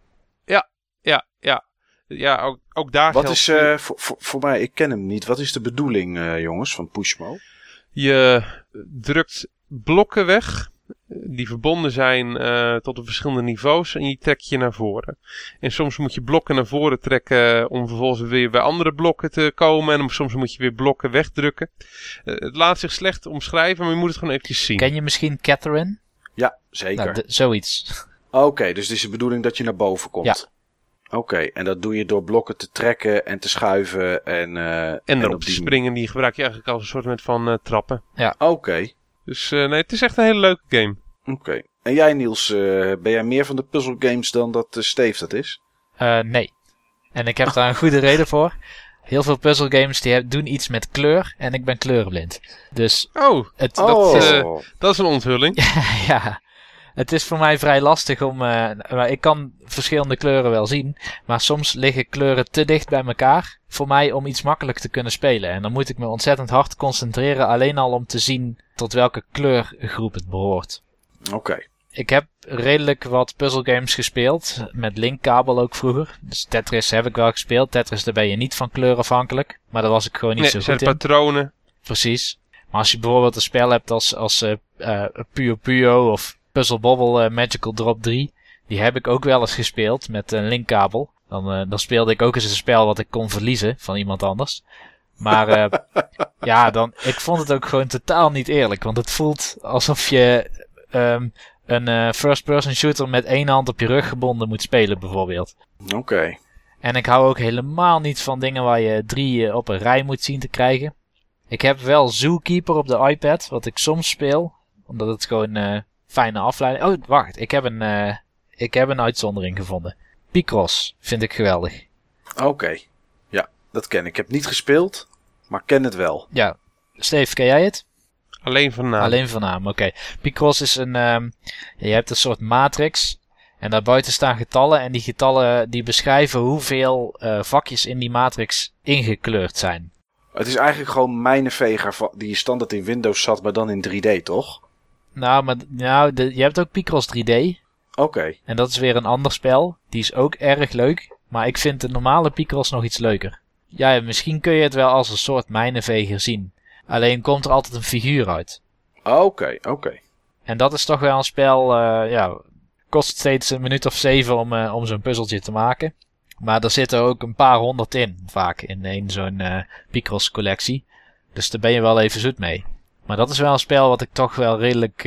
Ja, ook daar wat geldt... is, voor mij, ik ken hem niet. Wat is de bedoeling, jongens, van Pushmo? Je drukt blokken weg die verbonden zijn tot de verschillende niveaus en je trekt je naar voren. En soms moet je blokken naar voren trekken om vervolgens weer bij andere blokken te komen. En soms moet je weer blokken wegdrukken. Het laat zich slecht omschrijven, maar je moet het gewoon eventjes zien. Ken je misschien Catherine? Ja, zeker. Nou, zoiets. Oké, dus het is de bedoeling dat je naar boven komt. Ja. Oké, en dat doe je door blokken te trekken en te schuiven en erop op te die... springen, die gebruik je eigenlijk als een soort van trappen. Oké. Dus nee, het is echt een hele leuke game. Oké. En jij Niels, ben jij meer van de puzzle games dan dat Steve dat is? Nee. En ik heb daar een goede reden voor. Heel veel puzzelgames die doen iets met kleur en ik ben kleurenblind. Dus dat is een onthulling. ja, het is voor mij vrij lastig om... ik kan verschillende kleuren wel zien, maar soms liggen kleuren te dicht bij elkaar voor mij om iets makkelijk te kunnen spelen. En dan moet ik me ontzettend hard concentreren alleen al om te zien tot welke kleurgroep het behoort. Oké. Ik heb redelijk wat puzzelgames gespeeld. Met linkkabel ook vroeger. Dus Tetris heb ik wel gespeeld. Tetris, daar ben je niet van kleur afhankelijk. Maar daar was ik gewoon niet zo goed in. Patronen. Precies. Maar als je bijvoorbeeld een spel hebt als Puyo Puyo of Puzzle Bobble Magical Drop 3. Die heb ik ook wel eens gespeeld met een linkkabel. Dan speelde ik ook eens een spel wat ik kon verliezen van iemand anders. Maar ik vond het ook gewoon totaal niet eerlijk. Want het voelt alsof je... een first-person shooter met één hand op je rug gebonden moet spelen, bijvoorbeeld. Oké. En ik hou ook helemaal niet van dingen waar je 3 op een rij moet zien te krijgen. Ik heb wel Zookeeper op de iPad, wat ik soms speel. Omdat het gewoon fijne afleiding... Oh, wacht. Ik heb een uitzondering gevonden. Picross vind ik geweldig. Oké. Ja, dat ken ik. Ik heb niet gespeeld, maar ken het wel. Ja. Steve, ken jij het? Alleen van naam. Alleen van naam, oké. Picross is je hebt een soort matrix. En daarbuiten staan getallen. En die getallen die beschrijven hoeveel vakjes in die matrix ingekleurd zijn. Het is eigenlijk gewoon mijnenveger die standaard in Windows zat, maar dan in 3D, toch? Je hebt ook Picross 3D. Oké. En dat is weer een ander spel. Die is ook erg leuk. Maar ik vind de normale Picross nog iets leuker. Ja, misschien kun je het wel als een soort mijnenveger zien. Alleen komt er altijd een figuur uit. Oké. En dat is toch wel een spel, kost steeds een minuut of 7 om zo'n puzzeltje te maken. Maar er zitten ook een paar 100 in, vaak, in zo'n Picross collectie. Dus daar ben je wel even zoet mee. Maar dat is wel een spel wat ik toch wel redelijk,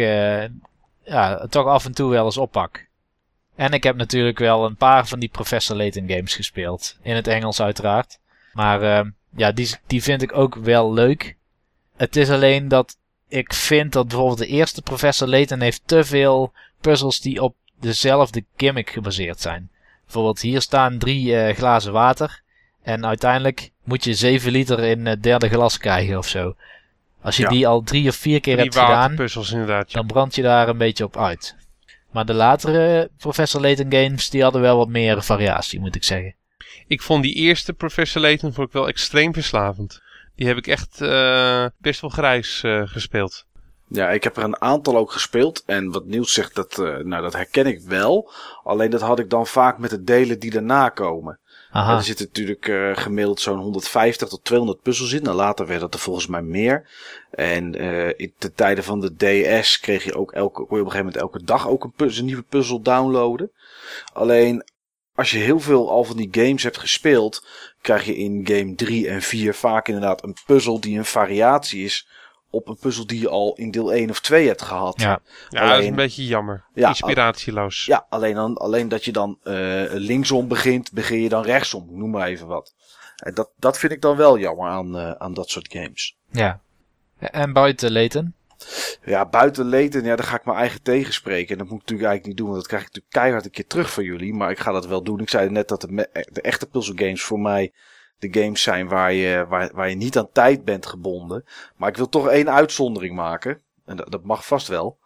toch af en toe wel eens oppak. En ik heb natuurlijk wel een paar van die Professor Layton games gespeeld. In het Engels uiteraard. Maar die vind ik ook wel leuk. Het is alleen dat ik vind dat bijvoorbeeld de eerste Professor Layton heeft te veel puzzels die op dezelfde gimmick gebaseerd zijn. Bijvoorbeeld hier staan 3 glazen water. En uiteindelijk moet je 7 liter in het derde glas krijgen of zo. Als je die al 3 of 4 keer hebt gedaan, dan brand je daar een beetje op uit. Maar de latere Professor Layton games, die hadden wel wat meer variatie, moet ik zeggen. Ik vond die eerste Professor Layton wel extreem verslavend. Die heb ik echt best wel grijs gespeeld. Ja, ik heb er een aantal ook gespeeld. En wat Niels zegt, dat herken ik wel. Alleen dat had ik dan vaak met de delen die daarna komen. Er zitten natuurlijk gemiddeld zo'n 150 tot 200 puzzels in. En later werd dat er volgens mij meer. En in de tijden van de DS kreeg je ook kon je op een gegeven moment elke dag ook een nieuwe puzzel downloaden. Alleen als je heel veel al van die games hebt gespeeld, krijg je in game 3 en 4 vaak inderdaad een puzzel die een variatie is op een puzzel die je al in deel 1 of 2 hebt gehad. Ja, dat is een beetje jammer. Ja, inspiratieloos. Ja, alleen dat je dan linksom begin je dan rechtsom. Noem maar even wat. En dat vind ik dan wel jammer aan dat soort games. Ja. En buiten Layton? Ja, buiten Layton, dan ga ik mijn eigen tegenspreken. En dat moet ik natuurlijk eigenlijk niet doen, want dat krijg ik natuurlijk keihard een keer terug van jullie. Maar ik ga dat wel doen. Ik zei net dat de echte puzzle games voor mij de games zijn waar je niet aan tijd bent gebonden. Maar ik wil toch 1 uitzondering maken. En dat mag vast wel.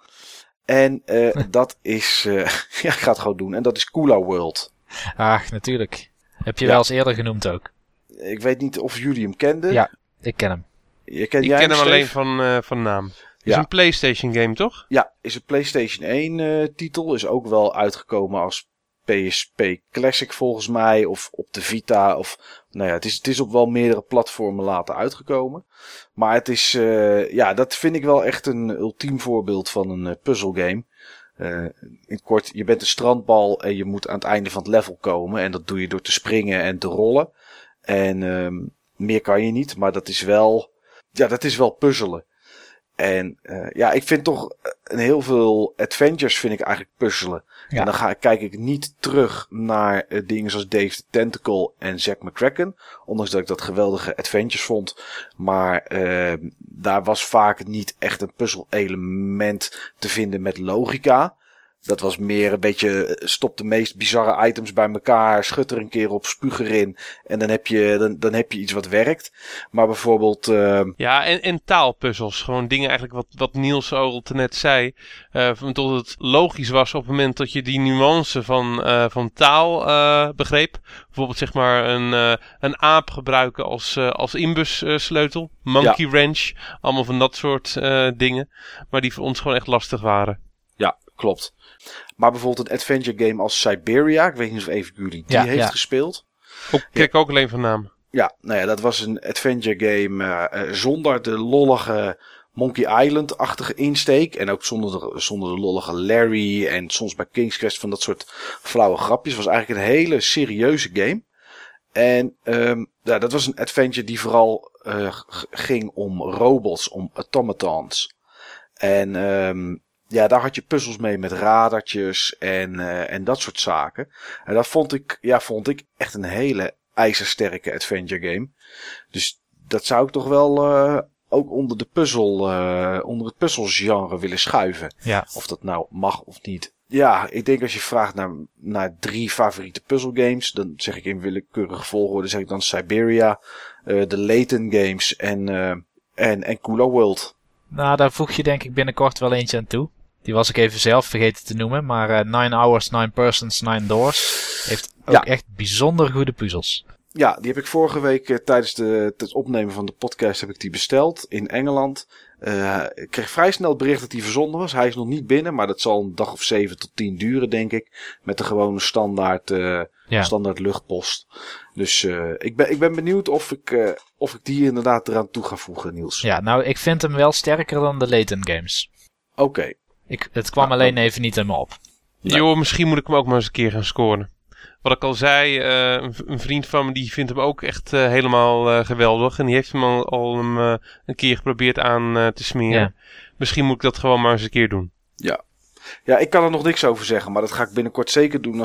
En dat is... ik ga het gewoon doen. En dat is Kula World. Ach, natuurlijk. Heb je wel eens eerder genoemd ook. Ik weet niet of jullie hem kenden. Ja, ik ken hem. Ik ken hem alleen van naam. Is een PlayStation game, toch? Ja, is een PlayStation 1 titel. Is ook wel uitgekomen als PSP Classic volgens mij. Of op de Vita. Het is op wel meerdere platformen later uitgekomen. Maar het is, dat vind ik wel echt een ultiem voorbeeld van een puzzelgame. In het kort, je bent een strandbal en je moet aan het einde van het level komen. En dat doe je door te springen en te rollen. En meer kan je niet, maar dat is wel puzzelen. En ik vind toch heel veel adventures vind ik eigenlijk puzzelen. Ja. En dan kijk ik niet terug naar dingen zoals Dave the Tentacle en Zack McCracken. Ondanks dat ik dat geweldige adventures vond. Maar daar was vaak niet echt een puzzelelement te vinden met logica. Dat was meer een beetje stop de meest bizarre items bij elkaar, schud er een keer op, spuug erin en dan heb je iets wat werkt. Maar bijvoorbeeld... Ja, en taalpuzzels. Gewoon dingen eigenlijk wat Niels al net zei. Tot het logisch was op het moment dat je die nuance van taal begreep. Bijvoorbeeld zeg maar een aap gebruiken als inbussleutel. Monkey wrench. Allemaal van dat soort dingen. Maar die voor ons gewoon echt lastig waren. Ja, klopt. Maar bijvoorbeeld een adventure game als Siberia. Ik weet niet of even jullie die heeft gespeeld. Kijk ook alleen van naam. Ja, nou ja, dat was een adventure game zonder de lollige Monkey Island-achtige insteek. En ook zonder de lollige Larry en soms bij King's Quest van dat soort flauwe grapjes. Het was eigenlijk een hele serieuze game. En dat was een adventure die vooral ging om robots, om automatons. En... daar had je puzzels mee met radartjes en dat soort zaken. En dat vond ik echt een hele ijzersterke adventure game. Dus dat zou ik toch wel ook onder het puzzelgenre willen schuiven. Ja. Of dat nou mag of niet. Ja, ik denk als je vraagt naar 3 favoriete puzzelgames, dan zeg ik in willekeurige volgorde, zeg ik dan Siberia, de Layton games en Cooler World. Nou, daar voeg je denk ik binnenkort wel eentje aan toe. Die was ik even zelf vergeten te noemen. Maar 9 Hours, 9 Persons, 9 Doors heeft ook echt bijzonder goede puzzels. Ja, die heb ik vorige week tijdens het opnemen van de podcast heb ik die besteld in Engeland. Ik kreeg vrij snel het bericht dat die verzonden was. Hij is nog niet binnen, maar dat zal een dag of 7 tot 10 duren, denk ik. Met de gewone standaard luchtpost. Dus ik ben benieuwd of ik die inderdaad eraan toe ga voegen, Niels. Ja, nou, ik vind hem wel sterker dan de Layton games. Oké. Het kwam alleen even niet helemaal op. Nee. Joh, misschien moet ik hem ook maar eens een keer gaan scoren. Wat ik al zei, een vriend van me die vindt hem ook echt helemaal geweldig. En die heeft hem al een keer geprobeerd aan te smeren. Ja. Misschien moet ik dat gewoon maar eens een keer doen. Ja, ik kan er nog niks over zeggen. Maar dat ga ik binnenkort zeker doen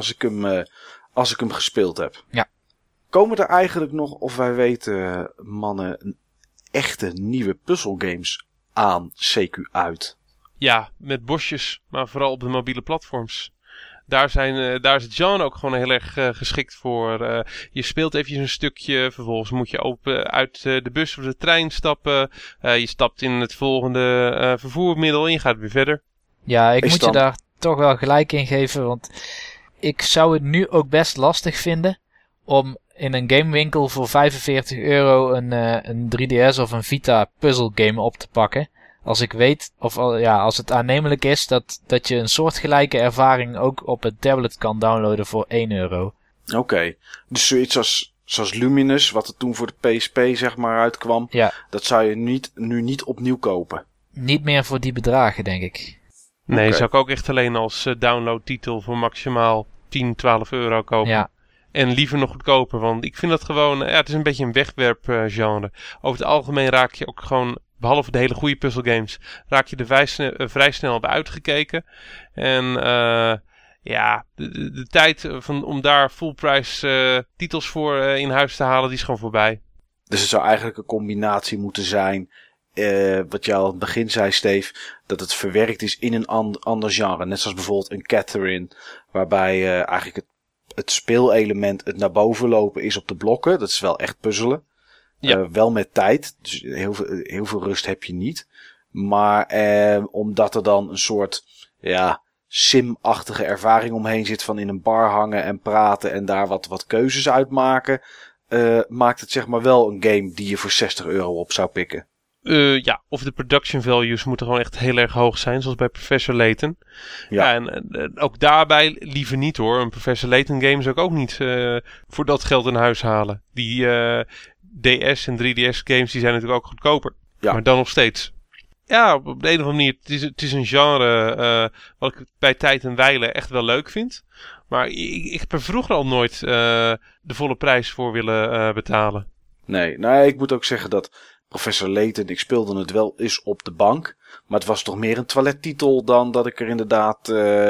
als ik hem gespeeld heb. Ja. Komen er eigenlijk nog, of wij weten, mannen, echte nieuwe puzzelgames aan CQ uit? Ja, met bosjes, maar vooral op de mobiele platforms. Daar is het genre ook gewoon heel erg geschikt voor. Je speelt eventjes een stukje, vervolgens moet je uit de bus of de trein stappen. Je stapt in het volgende vervoermiddel en je gaat weer verder. Ja, ik moet je daar toch wel gelijk in geven, want ik zou het nu ook best lastig vinden om in een gamewinkel voor €45 een 3DS of een Vita puzzle game op te pakken. Als ik weet, als het aannemelijk is dat je een soortgelijke ervaring ook op het tablet kan downloaden voor €1. Oké, dus zoiets zoals Luminous, wat er toen voor de PSP zeg maar uitkwam, dat zou je nu niet opnieuw kopen? Niet meer voor die bedragen, denk ik. Nee, zou ik ook echt alleen als downloadtitel voor maximaal €10-12 kopen. Ja. En liever nog goedkoper, want ik vind dat gewoon, het is een beetje een wegwerpgenre. Over het algemeen raak je ook gewoon, behalve de hele goede puzzelgames, raak je er vrij snel op uitgekeken. En de tijd om daar full price titels voor in huis te halen, die is gewoon voorbij. Dus het zou eigenlijk een combinatie moeten zijn, wat jij al aan het begin zei, Steve, dat het verwerkt is in een ander genre. Net zoals bijvoorbeeld een Catherine, waarbij eigenlijk het speelelement, het naar boven lopen is op de blokken. Dat is wel echt puzzelen. Ja. Wel met tijd. Dus heel veel rust heb je niet. Maar omdat er dan een soort sim-achtige ervaring omheen zit van in een bar hangen en praten en daar wat keuzes uitmaken, maakt het zeg maar wel een game die je voor €60 op zou pikken. Of de production values moeten gewoon echt heel erg hoog zijn, zoals bij Professor Layton. Ja, en ook daarbij liever niet hoor. Een Professor Layton game zou ik ook niet voor dat geld in huis halen. Die DS en 3DS games die zijn natuurlijk ook goedkoper. Ja. Maar dan nog steeds. Ja, op de een of andere manier. Het is een genre wat ik bij tijd en wijle echt wel leuk vind. Maar ik heb er vroeger al nooit de volle prijs voor willen betalen. Nee, ik moet ook zeggen dat Professor Layton, ik speelde het wel eens op de bank. Maar het was toch meer een toilettitel dan dat ik er inderdaad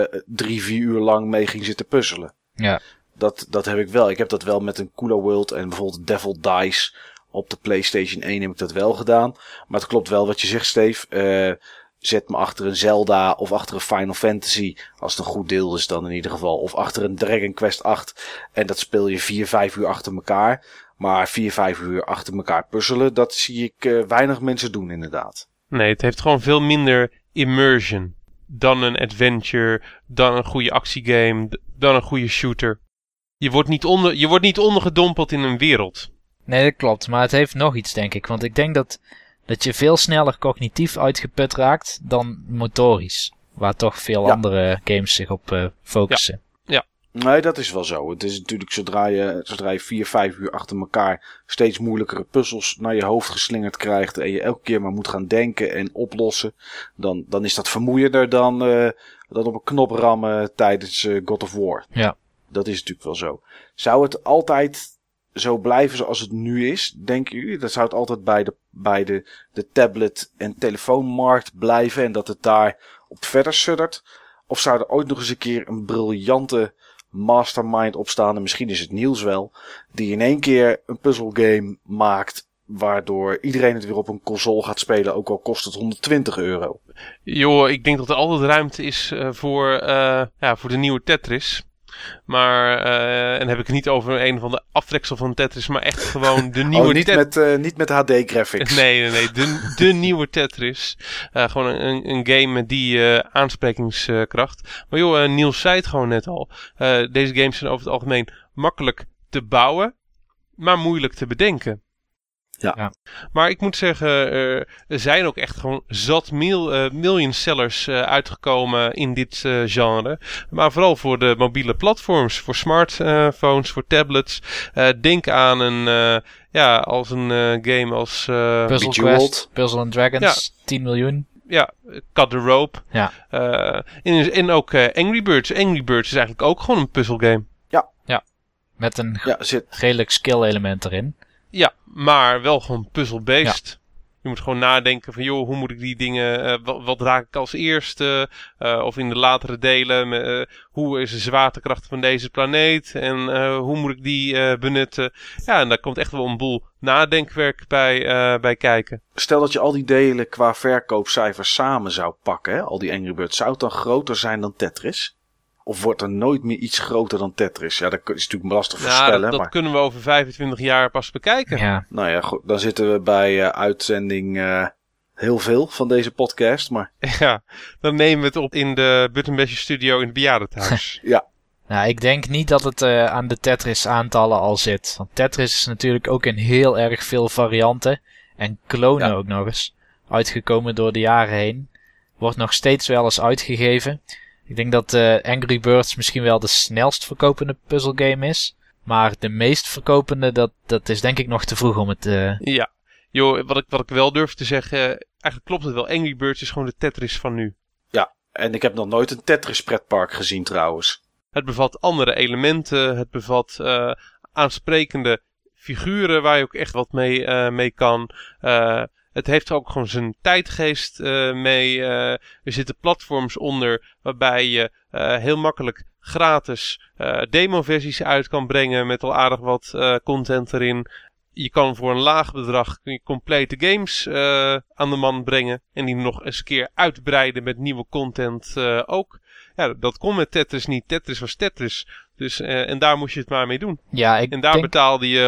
3-4 uur lang mee ging zitten puzzelen. Ja. Dat heb ik wel. Ik heb dat wel met een Cooler World en bijvoorbeeld Devil Dice op de PlayStation 1 heb ik dat wel gedaan. Maar het klopt wel wat je zegt, Steve. Zet me achter een Zelda of achter een Final Fantasy. Als het een goed deel is dan in ieder geval. Of achter een Dragon Quest 8. En dat speel je 4-5 uur achter elkaar. Maar 4-5 uur achter elkaar puzzelen, dat zie ik weinig mensen doen inderdaad. Nee, het heeft gewoon veel minder immersion dan een adventure, dan een goede actiegame, dan een goede shooter. Je wordt niet ondergedompeld in een wereld. Nee, dat klopt. Maar het heeft nog iets, denk ik. Want ik denk dat je veel sneller cognitief uitgeput raakt dan motorisch. Waar toch veel andere games zich op focussen. Ja. Nee, dat is wel zo. Het is natuurlijk zodra je 4-5 uur achter elkaar steeds moeilijkere puzzels naar je hoofd geslingerd krijgt. En je elke keer maar moet gaan denken en oplossen. Dan is dat vermoeiender dan op een knop rammen tijdens God of War. Ja. Dat is natuurlijk wel zo. Zou het altijd zo blijven zoals het nu is, denken jullie? Dat zou het altijd bij de tablet- en telefoonmarkt blijven en dat het daar op verder suddert? Of zou er ooit nog eens een keer een briljante mastermind opstaan, en misschien is het Niels wel, die in één keer een puzzelgame maakt, waardoor iedereen het weer op een console gaat spelen, ook al kost het €120. Joh, ik denk dat er altijd ruimte is voor de nieuwe Tetris. Maar, en dan heb ik het niet over een van de aftreksel van Tetris, maar echt gewoon de nieuwe niet met HD-graphics. Nee, de nieuwe Tetris. Gewoon een game met die aansprekingskracht. Maar joh, Niels zei het gewoon net al. Deze games zijn over het algemeen makkelijk te bouwen, maar moeilijk te bedenken. Ja. Maar ik moet zeggen, er zijn ook echt gewoon zat million sellers uitgekomen in dit genre. Maar vooral voor de mobiele platforms, voor smartphones, voor tablets. Denk aan een game als Puzzle Quest, Puzzle & Dragons, 10 miljoen. Ja, Cut the Rope. Ja. En ook Angry Birds. Angry Birds is eigenlijk ook gewoon een puzzelgame. Ja. Met een zit redelijk skill element erin. Ja, maar wel gewoon puzzle-based. Ja. Je moet gewoon nadenken van, joh, hoe moet ik die dingen, wat raak ik als eerste? Of in de latere delen, hoe is de zwaartekracht van deze planeet? En hoe moet ik die benutten? Ja, en daar komt echt wel een boel nadenkwerk bij kijken. Stel dat je al die delen qua verkoopcijfers samen zou pakken, hè? Al die Angry Birds, zou het dan groter zijn dan Tetris? Of wordt er nooit meer iets groter dan Tetris? Ja, dat is natuurlijk lastig voorspellen. Dat kunnen we over 25 jaar pas bekijken. Ja. Nou ja, goed, dan zitten we bij uitzending heel veel van deze podcast. Maar Ja, dan nemen we het op in de Buttonbashers studio in het bejaardentehuis. ja. Nou, ik denk niet dat het aan de Tetris aantallen al zit. Want Tetris is natuurlijk ook in heel erg veel varianten. En klonen ook nog eens. Uitgekomen door de jaren heen. Wordt nog steeds wel eens uitgegeven. Ik denk dat Angry Birds misschien wel de snelst verkopende puzzelgame is. Maar de meest verkopende, dat is denk ik nog te vroeg om het... Ja, joh, wat ik wel durf te zeggen, eigenlijk klopt het wel. Angry Birds is gewoon de Tetris van nu. Ja, en ik heb nog nooit een Tetris pretpark gezien trouwens. Het bevat andere elementen, het bevat aansprekende figuren waar je ook echt wat mee kan. Het heeft ook gewoon zijn tijdgeest mee. Er zitten platforms onder waarbij je heel makkelijk gratis demoversies uit kan brengen met al aardig wat content erin. Je kan voor een laag bedrag complete games aan de man brengen en die nog eens een keer uitbreiden met nieuwe content ook. Ja, dat kon met Tetris niet. Tetris was Tetris. Dus, en daar moest je het maar mee doen. Ja, en daar betaalde je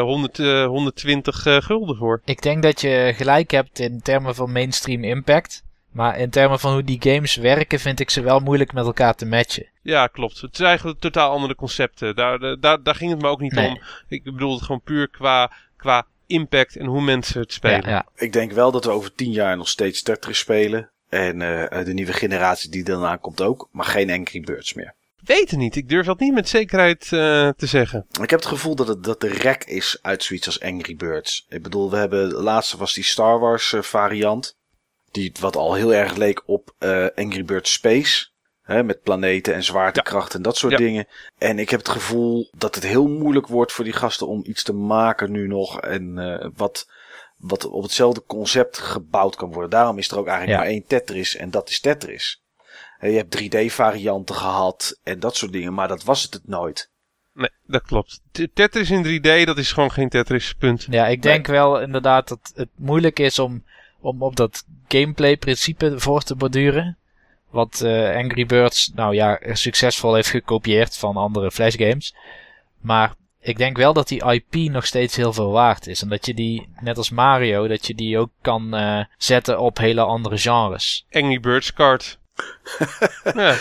120 gulden voor. Ik denk dat je gelijk hebt in termen van mainstream impact. Maar in termen van hoe die games werken vind ik ze wel moeilijk met elkaar te matchen. Ja, klopt. Het zijn eigenlijk totaal andere concepten. Daar ging het me ook niet om. Ik bedoel het gewoon puur qua impact en hoe mensen het spelen. Ja. Ik denk wel dat we over 10 jaar nog steeds Tetris spelen. En de nieuwe generatie die daarna komt ook. Maar geen Angry Birds meer. Weet het niet. Ik durf dat niet met zekerheid te zeggen. Ik heb het gevoel dat de rek is uit zoiets als Angry Birds. Ik bedoel, de laatste was die Star Wars variant. Wat al heel erg leek op Angry Birds Space. Hè, met planeten en zwaartekracht en dat soort dingen. En ik heb het gevoel dat het heel moeilijk wordt voor die gasten om iets te maken nu nog. En wat wat op hetzelfde concept gebouwd kan worden. Daarom is er ook eigenlijk maar 1 Tetris en dat is Tetris. Je hebt 3D varianten gehad en dat soort dingen, maar dat was het nooit. Nee, dat klopt. Tetris in 3D, dat is gewoon geen Tetris, punt. Ja, ik denk wel inderdaad dat het moeilijk is om op dat gameplay principe voor te borduren. Wat Angry Birds succesvol heeft gekopieerd van andere Flash games. Maar ik denk wel dat die IP nog steeds heel veel waard is. En dat je die, net als Mario, dat je die ook kan zetten op hele andere genres. Angry Birds Kart. Ja.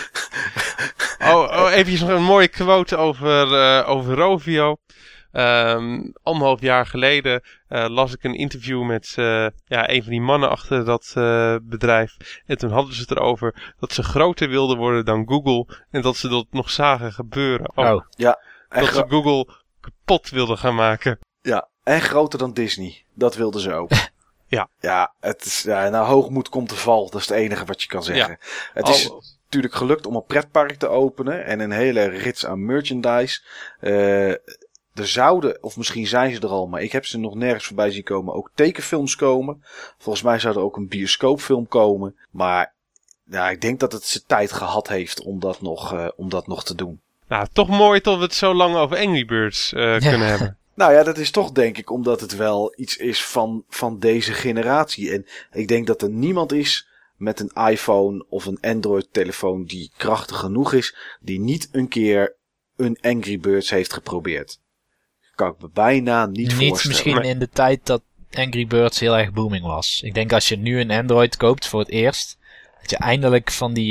Eventjes nog een mooie quote over Rovio. 1,5 jaar geleden las ik een interview met een van die mannen achter dat bedrijf. En toen hadden ze het erover dat ze groter wilden worden dan Google. En dat ze dat nog zagen gebeuren. Ja, dat ze Google kapot wilden gaan maken. Ja, en groter dan Disney. Dat wilden ze ook. Ja, het is, hoogmoed komt te val. Dat is het enige wat je kan zeggen. Ja. Het is natuurlijk gelukt om een pretpark te openen. En een hele rits aan merchandise. Er zouden, of misschien zijn ze er al, maar ik heb ze nog nergens voorbij zien komen, ook tekenfilms komen. Volgens mij zou er ook een bioscoopfilm komen. Maar ik denk dat het zijn tijd gehad heeft om dat nog te doen. Nou, toch mooi dat we het zo lang over Angry Birds kunnen hebben. Nou ja, dat is toch denk ik omdat het wel iets is van deze generatie. En ik denk dat er niemand is met een iPhone of een Android telefoon die krachtig genoeg is, die niet een keer een Angry Birds heeft geprobeerd. Kan ik me bijna niet voorstellen. Misschien in de tijd dat Angry Birds heel erg booming was. Ik denk als je nu een Android koopt voor het eerst, dat je eindelijk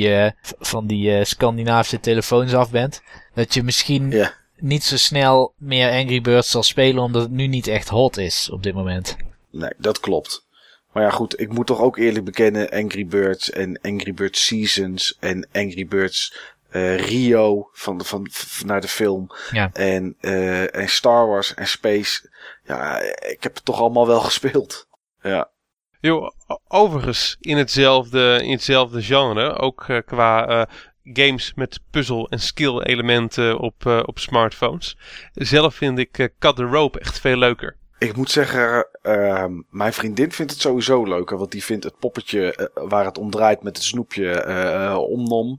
van die Scandinavische telefoons af bent, dat je misschien niet zo snel meer Angry Birds zal spelen, omdat het nu niet echt hot is op dit moment. Nee, dat klopt. Maar ja goed, ik moet toch ook eerlijk bekennen, Angry Birds en Angry Birds Seasons en Angry Birds Rio van naar de film en Star Wars en Space. Ja, ik heb het toch allemaal wel gespeeld. Ja. Jo, overigens in hetzelfde genre, ook qua games met puzzel en skill elementen op smartphones. Zelf vind ik Cut the Rope echt veel leuker. Ik moet zeggen, mijn vriendin vindt het sowieso leuker. Want die vindt het poppetje waar het om draait met het snoepje Omnom.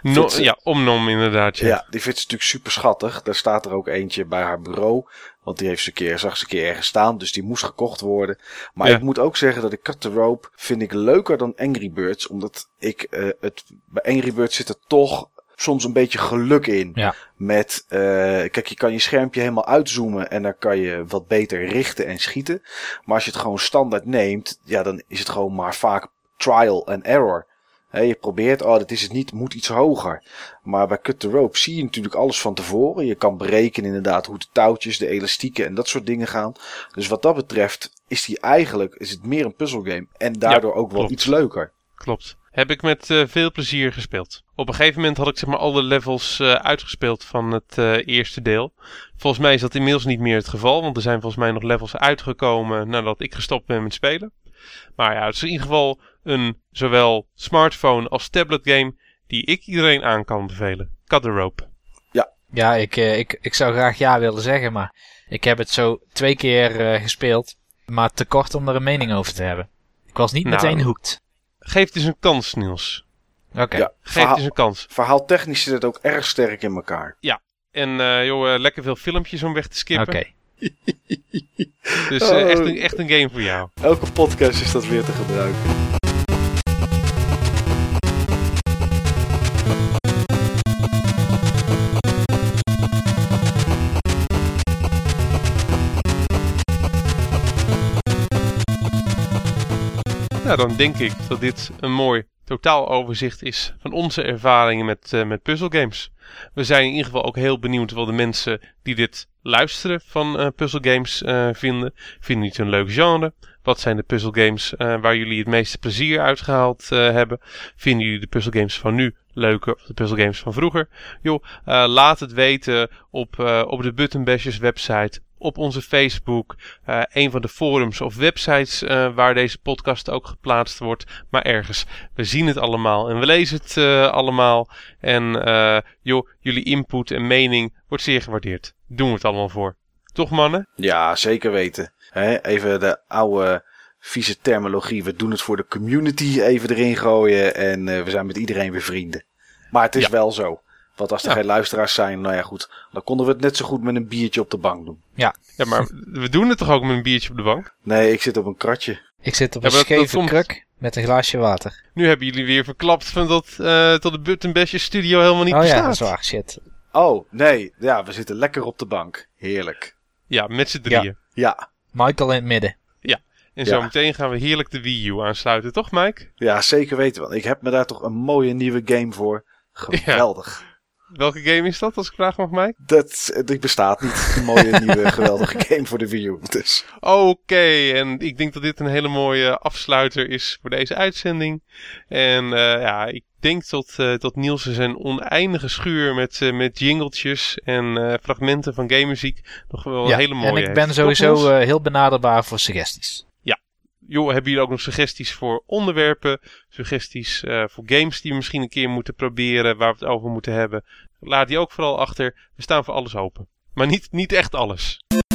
Omnom inderdaad. Ja, die vindt ze natuurlijk super schattig. Daar staat er ook eentje bij haar bureau. Want die zag ze een keer ergens staan. Dus die moest gekocht worden. Maar ik moet ook zeggen dat ik Cut the Rope vind ik leuker dan Angry Birds. Omdat ik bij Angry Birds zit er toch soms een beetje geluk in. Ja. Met, kijk, je kan je schermpje helemaal uitzoomen en dan kan je wat beter richten en schieten. Maar als je het gewoon standaard neemt, dan is het gewoon maar vaak trial and error. Je probeert, dit is het niet, moet iets hoger. Maar bij Cut the Rope zie je natuurlijk alles van tevoren. Je kan berekenen inderdaad hoe de touwtjes, de elastieken en dat soort dingen gaan. Dus wat dat betreft is het meer een puzzelgame. En daardoor ook wel iets leuker. Klopt. Heb ik met veel plezier gespeeld. Op een gegeven moment had ik alle levels uitgespeeld van het eerste deel. Volgens mij is dat inmiddels niet meer het geval. Want er zijn volgens mij nog levels uitgekomen nadat ik gestopt ben met spelen. Maar het is in ieder geval een zowel smartphone als tablet game die ik iedereen aan kan bevelen. Cut the Rope. Ja, ik zou graag willen zeggen, maar ik heb het zo 2 keer gespeeld. Maar te kort om er een mening over te hebben. Ik was niet meteen hooked. Geef het eens een kans, Niels. Oké. Ja, geef het eens een kans. Verhaaltechnisch zit het ook erg sterk in elkaar. Ja. En lekker veel filmpjes om weg te skippen. Oké. Dus echt een game voor jou. Elke podcast is dat weer te gebruiken. Nou, dan denk ik dat dit een mooi totaaloverzicht is van onze ervaringen met puzzelgames. We zijn in ieder geval ook heel benieuwd wat de mensen die dit luisteren van puzzelgames vinden. Vinden jullie het een leuk genre? Wat zijn de puzzelgames waar jullie het meeste plezier uit gehaald hebben? Vinden jullie de puzzelgames van nu leuker of de puzzelgames van vroeger? Laat het weten op de Button Bashers website, op onze Facebook, een van de forums of websites waar deze podcast ook geplaatst wordt. Maar ergens, we zien het allemaal en we lezen het allemaal. En jullie input en mening wordt zeer gewaardeerd. Doen we het allemaal voor. Toch, mannen? Ja, zeker weten. Even de oude vieze terminologie. We doen het voor de community even erin gooien. En we zijn met iedereen weer vrienden. Maar het is wel zo. Want als er geen luisteraars zijn, nou ja goed. Dan konden we het net zo goed met een biertje op de bank doen. Ja, maar we doen het toch ook met een biertje op de bank? Nee, ik zit op een kratje. Ik zit op een scheve kruk met een glaasje water. Nu hebben jullie weer verklapt van dat tot de Buttonbashers studio helemaal niet bestaat. Ja, dat is waar. Shit. Oh, nee. Ja, we zitten lekker op de bank. Heerlijk. Ja, met z'n drieën. Ja. Michael in het midden. Ja. En zometeen gaan we heerlijk de Wii U aansluiten, toch Mike? Ja, zeker weten. Want ik heb me daar toch een mooie nieuwe game voor. Geweldig. Ja. Welke game is dat, als ik vraag mag, Mike? Die bestaat niet. Een mooie nieuwe geweldige game voor de Wii U. Dus. Oké, en ik denk dat dit een hele mooie afsluiter is voor deze uitzending. En ik denk tot Niels zijn oneindige schuur met jingletjes en fragmenten van gamemuziek nog wel een hele mooie en ik ben sowieso heel benaderbaar voor suggesties. Joh, hebben jullie ook nog suggesties voor onderwerpen? Suggesties voor games die we misschien een keer moeten proberen, waar we het over moeten hebben? Laat die ook vooral achter. We staan voor alles open. Maar niet echt alles.